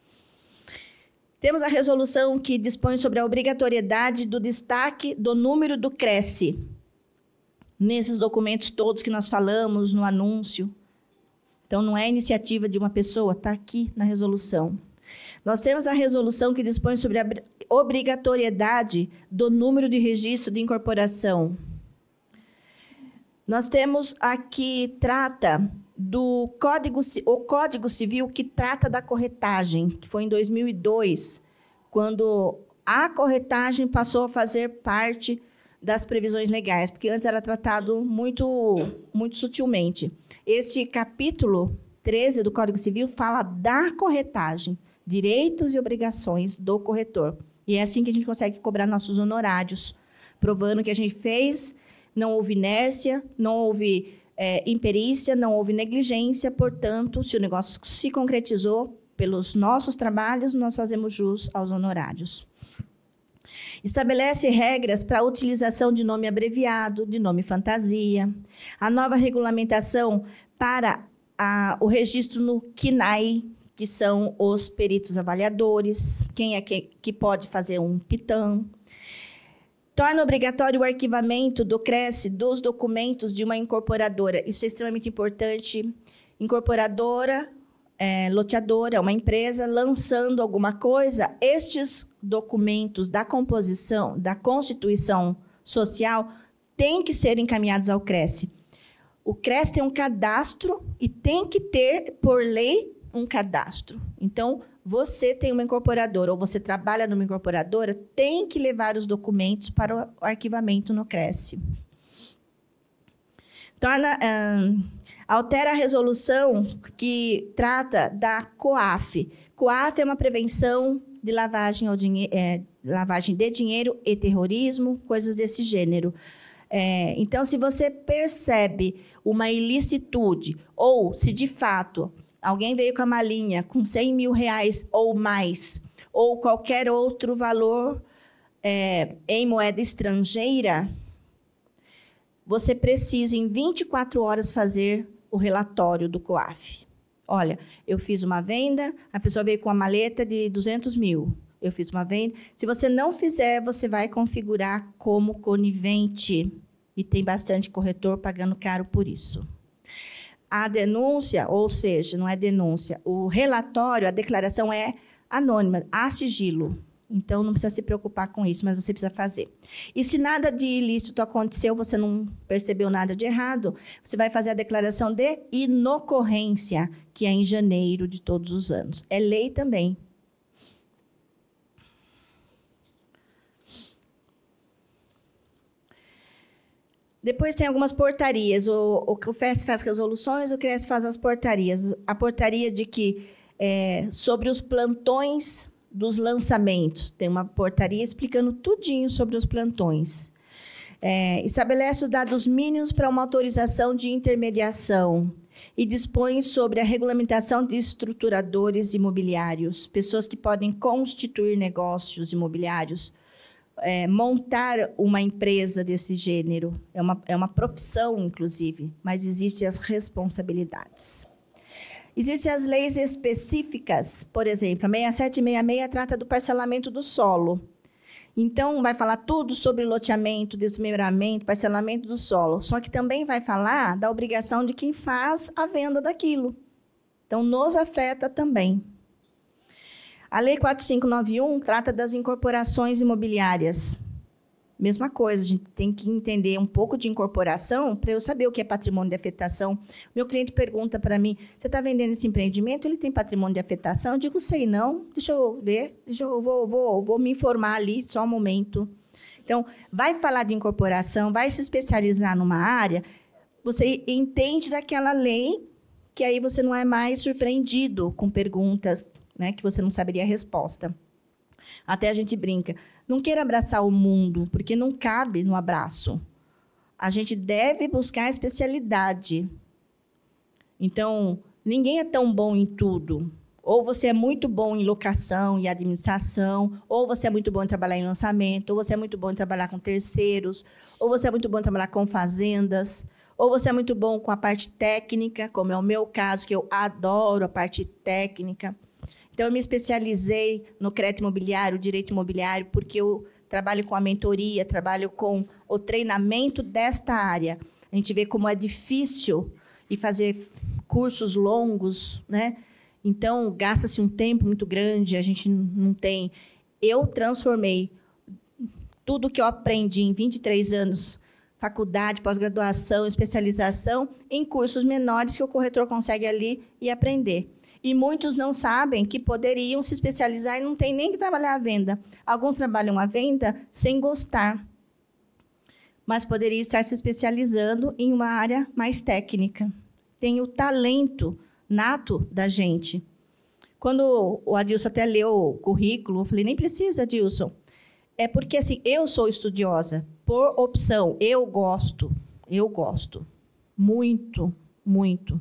[SPEAKER 2] Temos a resolução que dispõe sobre a obrigatoriedade do destaque do número do CRES. Nesses documentos todos que nós falamos, no anúncio. Então, não é iniciativa de uma pessoa, está aqui na resolução. Nós temos a resolução que dispõe sobre a obrigatoriedade do número de registro de incorporação. Nós temos aqui, trata do Código, o Código Civil, que trata da corretagem, que foi em dois mil e dois, quando a corretagem passou a fazer parte das previsões legais, porque antes era tratado muito, muito sutilmente. Este capítulo treze do Código Civil fala da corretagem, direitos e obrigações do corretor. E é assim que a gente consegue cobrar nossos honorários, provando que a gente fez, não houve inércia, não houve é, imperícia, não houve negligência, portanto, se o negócio se concretizou pelos nossos trabalhos, nós fazemos jus aos honorários. Estabelece regras para a utilização de nome abreviado, de nome fantasia. A nova regulamentação para a, o registro no C N A I, que são os peritos avaliadores, quem é que, que pode fazer um PITAM. Torna obrigatório o arquivamento do CRES dos documentos de uma incorporadora. Isso é extremamente importante. Incorporadora, é, loteadora, uma empresa lançando alguma coisa, estes documentos da composição, da constituição social, têm que ser encaminhados ao CRES. O CRES tem um cadastro e tem que ter, por lei, um cadastro. Então, você tem uma incorporadora ou você trabalha numa incorporadora, tem que levar os documentos para o arquivamento no Cresce. Torna, hum, altera a resolução que trata da COAF. COAF é uma prevenção de lavagem, ao dinhe- é, lavagem de dinheiro e terrorismo, coisas desse gênero. É, então, se você percebe uma ilicitude, ou se de fato alguém veio com a malinha com cem mil reais ou mais, ou qualquer outro valor é, em moeda estrangeira, você precisa, em vinte e quatro horas, fazer o relatório do COAF. Olha, eu fiz uma venda, a pessoa veio com uma maleta de duzentos mil. Eu fiz uma venda. Se você não fizer, você vai configurar como conivente. E tem bastante corretor pagando caro por isso. A denúncia, ou seja, não é denúncia, o relatório, a declaração é anônima, há sigilo. Então, não precisa se preocupar com isso, mas você precisa fazer. E se nada de ilícito aconteceu, você não percebeu nada de errado, você vai fazer a declaração de inocorrência, que é em janeiro de todos os anos. É lei também. Depois tem algumas portarias. O, o CRES faz resoluções, o CRES faz as portarias. A portaria de que, é, sobre os plantões dos lançamentos, tem uma portaria explicando tudinho sobre os plantões. É, estabelece os dados mínimos para uma autorização de intermediação e dispõe sobre a regulamentação de estruturadores imobiliários, pessoas que podem constituir negócios imobiliários, É, montar uma empresa desse gênero. É uma, é uma profissão, inclusive, mas existem as responsabilidades. Existem as leis específicas, por exemplo, a sessenta e sete e sessenta e seis trata do parcelamento do solo. Então, vai falar tudo sobre loteamento, desmembramento, parcelamento do solo, só que também vai falar da obrigação de quem faz a venda daquilo. Então, nos afeta também. A Lei quatro mil quinhentos e noventa e um trata das incorporações imobiliárias. Mesma coisa, a gente tem que entender um pouco de incorporação para eu saber o que é patrimônio de afetação. Meu cliente pergunta para mim, você está vendendo esse empreendimento, ele tem patrimônio de afetação? Eu digo, sei não, deixa eu ver, deixa eu vou, vou, vou me informar ali, só um momento. Então, vai falar de incorporação, vai se especializar numa área, você entende daquela lei, que aí você não é mais surpreendido com perguntas, né, que você não saberia a resposta. Até a gente brinca. Não queira abraçar o mundo, porque não cabe no abraço. A gente deve buscar especialidade. Então, ninguém é tão bom em tudo. Ou você é muito bom em locação e administração, ou você é muito bom em trabalhar em lançamento, ou você é muito bom em trabalhar com terceiros, ou você é muito bom em trabalhar com fazendas, ou você é muito bom com a parte técnica, como é o meu caso, que eu adoro a parte técnica. Então, eu me especializei no crédito imobiliário, direito imobiliário, porque eu trabalho com a mentoria, trabalho com o treinamento desta área. A gente vê como é difícil e fazer cursos longos, né? Então, gasta-se um tempo muito grande, a gente não tem... Eu transformei tudo que eu aprendi em vinte e três anos, faculdade, pós-graduação, especialização, em cursos menores que o corretor consegue ali e aprender. E muitos não sabem que poderiam se especializar e não tem nem que trabalhar a venda. Alguns trabalham a venda sem gostar, mas poderiam estar se especializando em uma área mais técnica. Tem o talento nato da gente. Quando o Adilson até leu o currículo, eu falei, nem precisa, Adilson. É porque assim, eu sou estudiosa, por opção, eu gosto, eu gosto, muito, muito.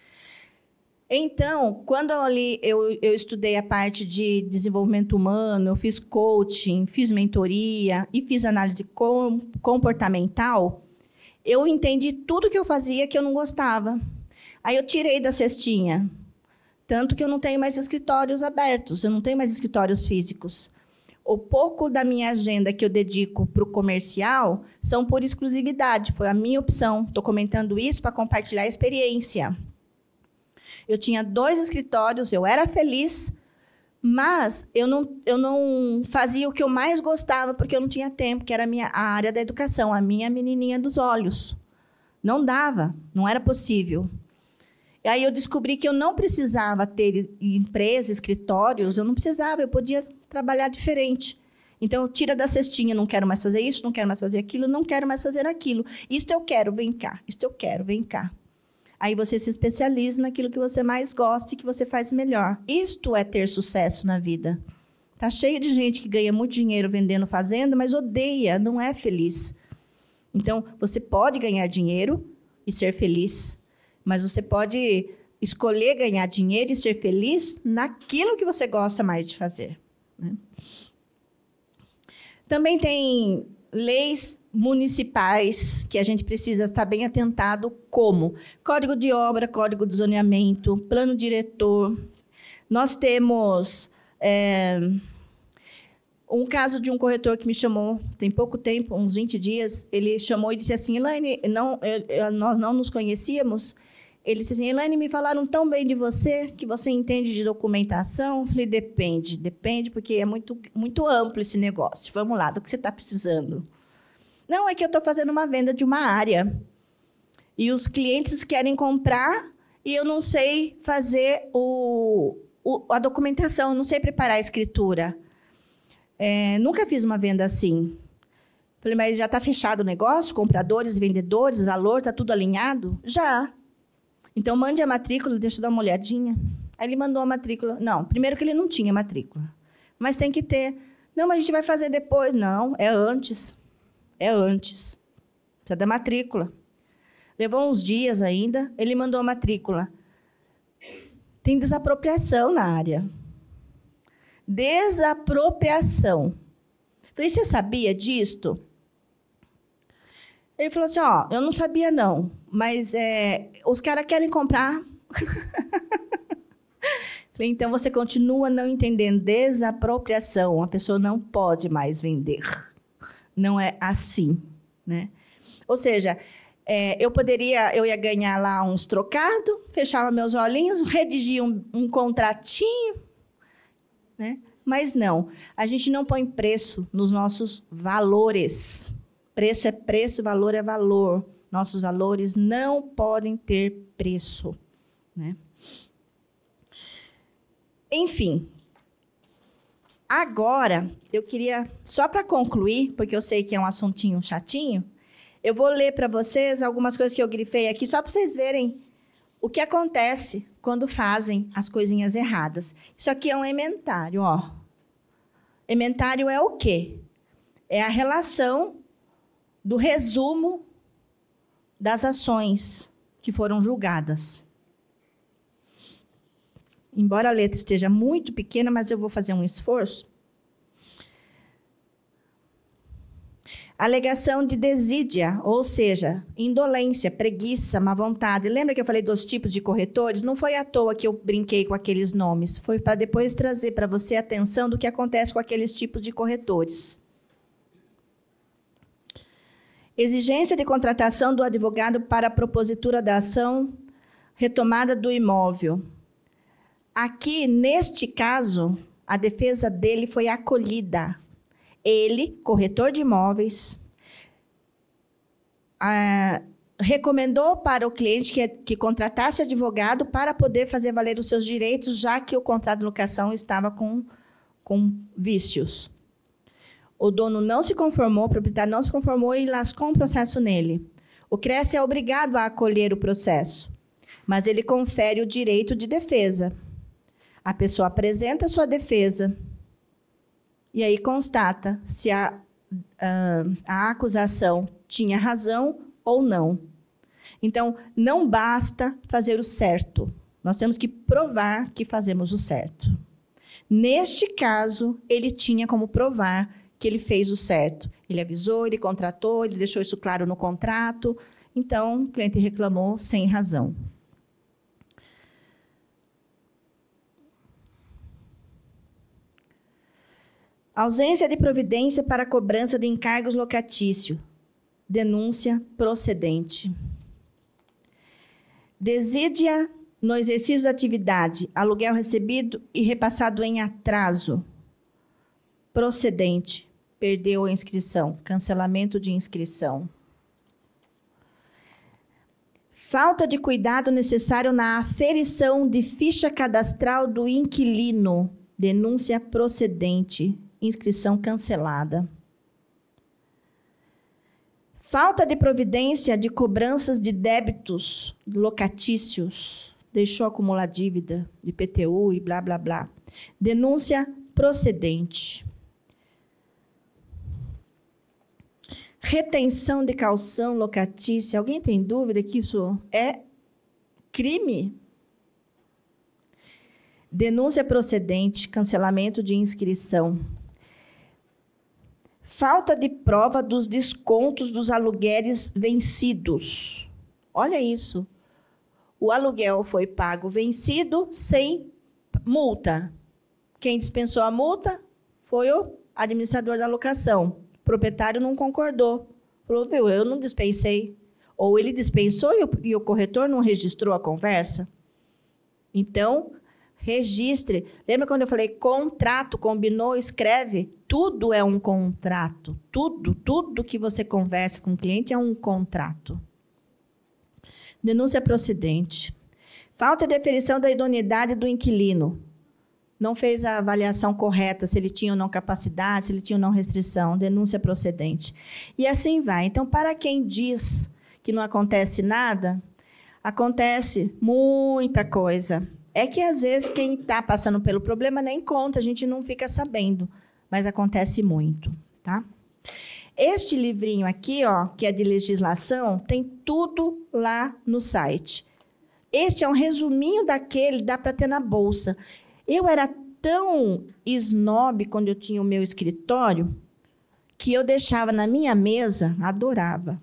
[SPEAKER 2] Então, quando eu, li, eu, eu estudei a parte de desenvolvimento humano, eu fiz coaching, fiz mentoria e fiz análise com, comportamental, eu entendi tudo que eu fazia que eu não gostava. Aí eu tirei da cestinha, tanto que eu não tenho mais escritórios abertos, eu não tenho mais escritórios físicos. O pouco da minha agenda que eu dedico para o comercial são por exclusividade, foi a minha opção. Estou comentando isso para compartilhar a experiência. Eu tinha dois escritórios, eu era feliz, mas eu não, eu não fazia o que eu mais gostava, porque eu não tinha tempo, que era a, minha, a área da educação, a minha menininha dos olhos. Não dava, não era possível. E aí eu descobri que eu não precisava ter empresa, escritórios, eu não precisava, eu podia trabalhar diferente. Então, tira da cestinha, não quero mais fazer isso, não quero mais fazer aquilo, não quero mais fazer aquilo. Isto eu quero, vem cá. Isto eu quero, vem cá. Aí você se especializa naquilo que você mais gosta e que você faz melhor. Isto é ter sucesso na vida. Tá cheio de gente que ganha muito dinheiro vendendo fazenda, mas odeia, não é feliz. Então, você pode ganhar dinheiro e ser feliz, mas você pode escolher ganhar dinheiro e ser feliz naquilo que você gosta mais de fazer, né? Também tem leis municipais que a gente precisa estar bem atentado, como Código de Obra, Código de Zoneamento, Plano Diretor. Nós temos é, um caso de um corretor que me chamou tem pouco tempo, uns vinte dias. Ele chamou e disse assim, Elaine, não, eu, eu, nós não nos conhecíamos. Ele disse assim, Elaine, me falaram tão bem de você, que você entende de documentação. Eu falei, depende, depende, porque é muito, muito amplo esse negócio. Vamos lá, do que você está precisando? Não, é que eu estou fazendo uma venda de uma área. E os clientes querem comprar e eu não sei fazer o, o, a documentação, eu não sei preparar a escritura. É, nunca fiz uma venda assim. Falei, mas já está fechado o negócio? Compradores, vendedores, valor, está tudo alinhado? Já. Então, mande a matrícula, deixa eu dar uma olhadinha. Aí ele mandou a matrícula. Não, primeiro que ele não tinha matrícula. Mas tem que ter. Não, mas a gente vai fazer depois. Não, é antes. É antes. Precisa da matrícula. Levou uns dias ainda, ele mandou a matrícula. Tem desapropriação na área. Desapropriação. Falei, você sabia disto? Ele falou assim, ó, eu não sabia não, mas é, os caras querem comprar. Falei, então você continua não entendendo. Desapropriação, a pessoa não pode mais vender. Não é assim, né? Ou seja, é, eu poderia, eu ia ganhar lá uns trocados, fechava meus olhinhos, redigia um, um contratinho, né? Mas não, a gente não põe preço nos nossos valores. Preço é preço, valor é valor. Nossos valores não podem ter preço, né? Enfim, agora eu queria, só para concluir, porque eu sei que é um assuntinho chatinho, eu vou ler para vocês algumas coisas que eu grifei aqui, só para vocês verem o que acontece quando fazem as coisinhas erradas. Isso aqui é um ementário, ó. Ementário é o quê? É a relação do resumo das ações que foram julgadas. Embora a letra esteja muito pequena, mas eu vou fazer um esforço. Alegação de desídia, ou seja, indolência, preguiça, má vontade. Lembra que eu falei dos tipos de corretores? Não foi à toa que eu brinquei com aqueles nomes. Foi para depois trazer para você a atenção do que acontece com aqueles tipos de corretores. Exigência de contratação do advogado para a propositura da ação retomada do imóvel. Aqui, neste caso, a defesa dele foi acolhida. Ele, corretor de imóveis, ah, recomendou para o cliente que, que contratasse advogado para poder fazer valer os seus direitos, já que o contrato de locação estava com, com vícios. O dono não se conformou, o proprietário não se conformou e lascou um processo nele. O CRES é obrigado a acolher o processo, mas ele confere o direito de defesa. A pessoa apresenta a sua defesa e aí constata se a, a, a acusação tinha razão ou não. Então, não basta fazer o certo. Nós temos que provar que fazemos o certo. Neste caso, ele tinha como provar que ele fez o certo. Ele avisou, ele contratou, ele deixou isso claro no contrato. Então, o cliente reclamou sem razão. Ausência de providência para a cobrança de encargos locatícios. Denúncia procedente. Desídia no exercício da atividade. Aluguel recebido e repassado em atraso. Procedente. Perdeu a inscrição. Cancelamento de inscrição. Falta de cuidado necessário na aferição de ficha cadastral do inquilino. Denúncia procedente. Inscrição cancelada. Falta de providência de cobranças de débitos locatícios. Deixou acumular dívida de I P T U e blá, blá, blá. Denúncia procedente. Retenção de calção locatícia. Alguém tem dúvida que isso é crime? Denúncia procedente, cancelamento de inscrição. Falta de prova dos descontos dos aluguéis vencidos. Olha isso. O aluguel foi pago vencido sem multa. Quem dispensou a multa foi o administrador da locação. O proprietário não concordou. Falou, viu, eu não dispensei. Ou ele dispensou e o, e o corretor não registrou a conversa. Então, registre. Lembra quando eu falei contrato, combinou, escreve? Tudo é um contrato. Tudo, tudo que você conversa com o cliente é um contrato. Denúncia procedente. Falta de definição da idoneidade do inquilino. Não fez a avaliação correta, se ele tinha ou não capacidade, se ele tinha ou não restrição. Denúncia procedente. E assim vai. Então, para quem diz que não acontece nada, acontece muita coisa. É que, às vezes, quem está passando pelo problema nem conta, a gente não fica sabendo, mas acontece muito, tá? Este livrinho aqui, ó, que é de legislação, tem tudo lá no site. Este é um resuminho daquele, dá para ter na bolsa. Eu era tão snob quando eu tinha o meu escritório, que eu deixava na minha mesa, adorava.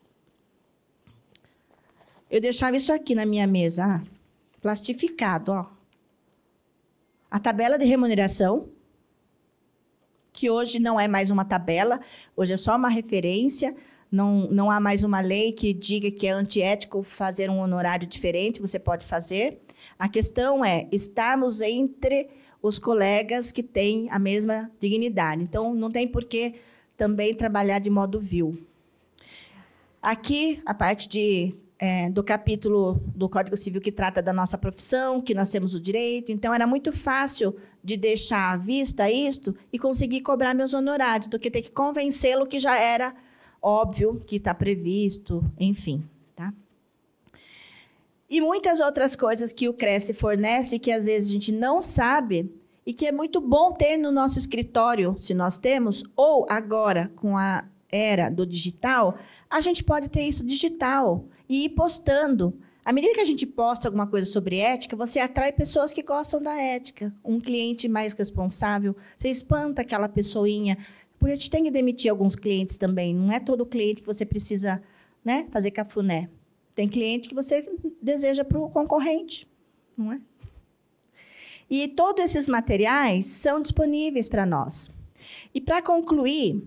[SPEAKER 2] Eu deixava isso aqui na minha mesa, ah, plastificado, ó. A tabela de remuneração, que hoje não é mais uma tabela, hoje é só uma referência, não, não há mais uma lei que diga que é antiético fazer um honorário diferente, você pode fazer. A questão é estarmos entre os colegas que têm a mesma dignidade. Então, não tem por que também trabalhar de modo vil. Aqui, a parte de... É, do capítulo do Código Civil que trata da nossa profissão, que nós temos o direito. Então, era muito fácil de deixar à vista isto e conseguir cobrar meus honorários, do que ter que convencê-lo que já era óbvio, que está previsto, enfim. Tá? E muitas outras coisas que o Cresce fornece, que às vezes a gente não sabe, e que é muito bom ter no nosso escritório, se nós temos, ou agora, com a era do digital, a gente pode ter isso digital, e ir postando. À medida que a gente posta alguma coisa sobre ética, você atrai pessoas que gostam da ética. Um cliente mais responsável, você espanta aquela pessoinha. Porque a gente tem que demitir alguns clientes também. Não é todo cliente que você precisa, né, fazer cafuné. Tem cliente que você deseja para o concorrente, não é? E todos esses materiais são disponíveis para nós. E, para concluir,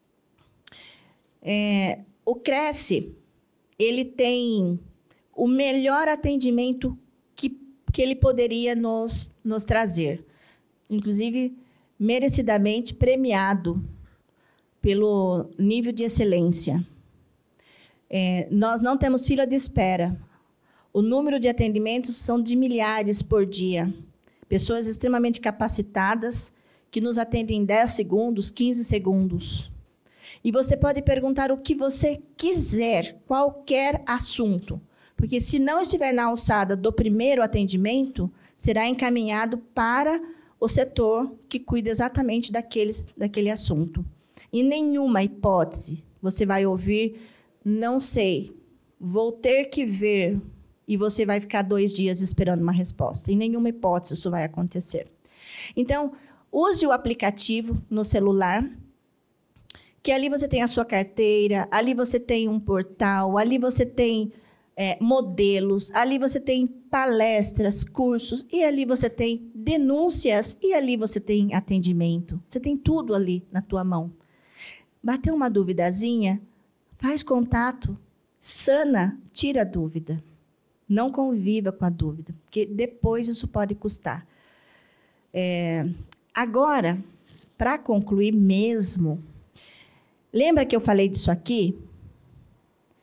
[SPEAKER 2] é, o Cresce... ele tem o melhor atendimento que, que ele poderia nos, nos trazer. Inclusive, merecidamente premiado pelo nível de excelência. É, nós não temos fila de espera. O número de atendimentos são de milhares por dia. Pessoas extremamente capacitadas que nos atendem em dez segundos, quinze segundos. E você pode perguntar o que você quiser, qualquer assunto. Porque, se não estiver na alçada do primeiro atendimento, será encaminhado para o setor que cuida exatamente daqueles, daquele assunto. Em nenhuma hipótese você vai ouvir, não sei, vou ter que ver, e você vai ficar dois dias esperando uma resposta. Em nenhuma hipótese isso vai acontecer. Então, use o aplicativo no celular, que ali você tem a sua carteira, ali você tem um portal, ali você tem é, modelos, ali você tem palestras, cursos, e ali você tem denúncias, e ali você tem atendimento. Você tem tudo ali na tua mão. Bateu uma duvidazinha, faz contato, sana, tira a dúvida. Não conviva com a dúvida, porque depois isso pode custar. É, agora, para concluir mesmo, lembra que eu falei disso aqui?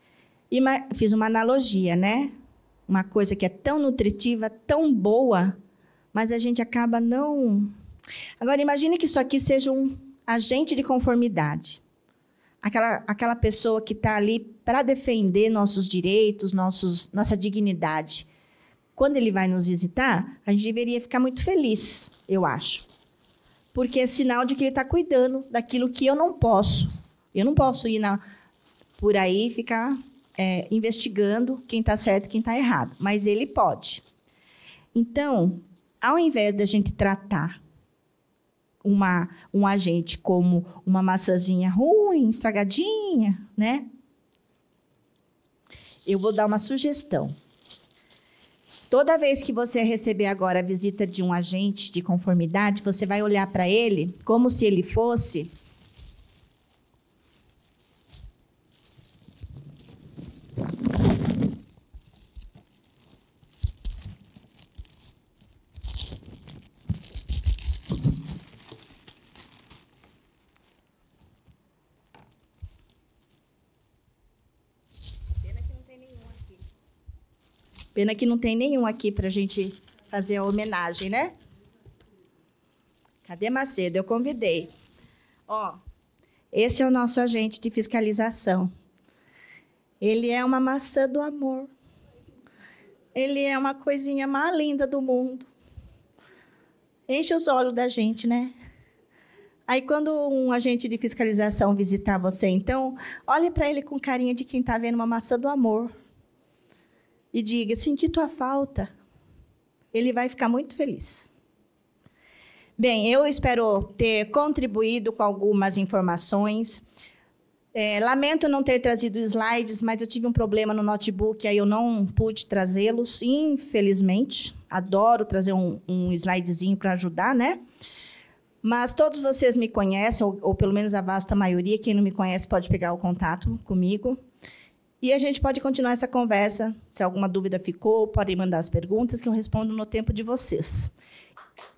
[SPEAKER 2] Ima- fiz uma analogia, né? Uma coisa que é tão nutritiva, tão boa, mas a gente acaba não... Agora, imagine que isso aqui seja um agente de conformidade. Aquela, aquela pessoa que está ali para defender nossos direitos, nossos, nossa dignidade. Quando ele vai nos visitar, a gente deveria ficar muito feliz, eu acho. Porque é sinal de que ele está cuidando daquilo que eu não posso. Eu não posso ir na, por aí e ficar é, investigando quem está certo e quem está errado. Mas ele pode. Então, ao invés da gente tratar uma, um agente como uma maçãzinha ruim, estragadinha, né? Eu vou dar uma sugestão. Toda vez que você receber agora a visita de um agente de conformidade, você vai olhar para ele como se ele fosse... Pena que não tem nenhum aqui para a gente fazer a homenagem, né? Cadê Macedo? Eu convidei. Ó, esse é o nosso agente de fiscalização. Ele é uma maçã do amor. Ele é uma coisinha mais linda do mundo. Enche os olhos da gente, né? Aí, quando um agente de fiscalização visitar você, então, olhe para ele com carinha de quem está vendo uma maçã do amor. E diga, senti tua falta. Ele vai ficar muito feliz. Bem, eu espero ter contribuído com algumas informações. É, lamento não ter trazido slides, mas eu tive um problema no notebook, aí eu não pude trazê-los, infelizmente. Adoro trazer um, um slidezinho para ajudar, né? Mas todos vocês me conhecem, ou, ou pelo menos a vasta maioria. Quem não me conhece pode pegar o contato comigo. E a gente pode continuar essa conversa. Se alguma dúvida ficou, podem mandar as perguntas que eu respondo no tempo de vocês.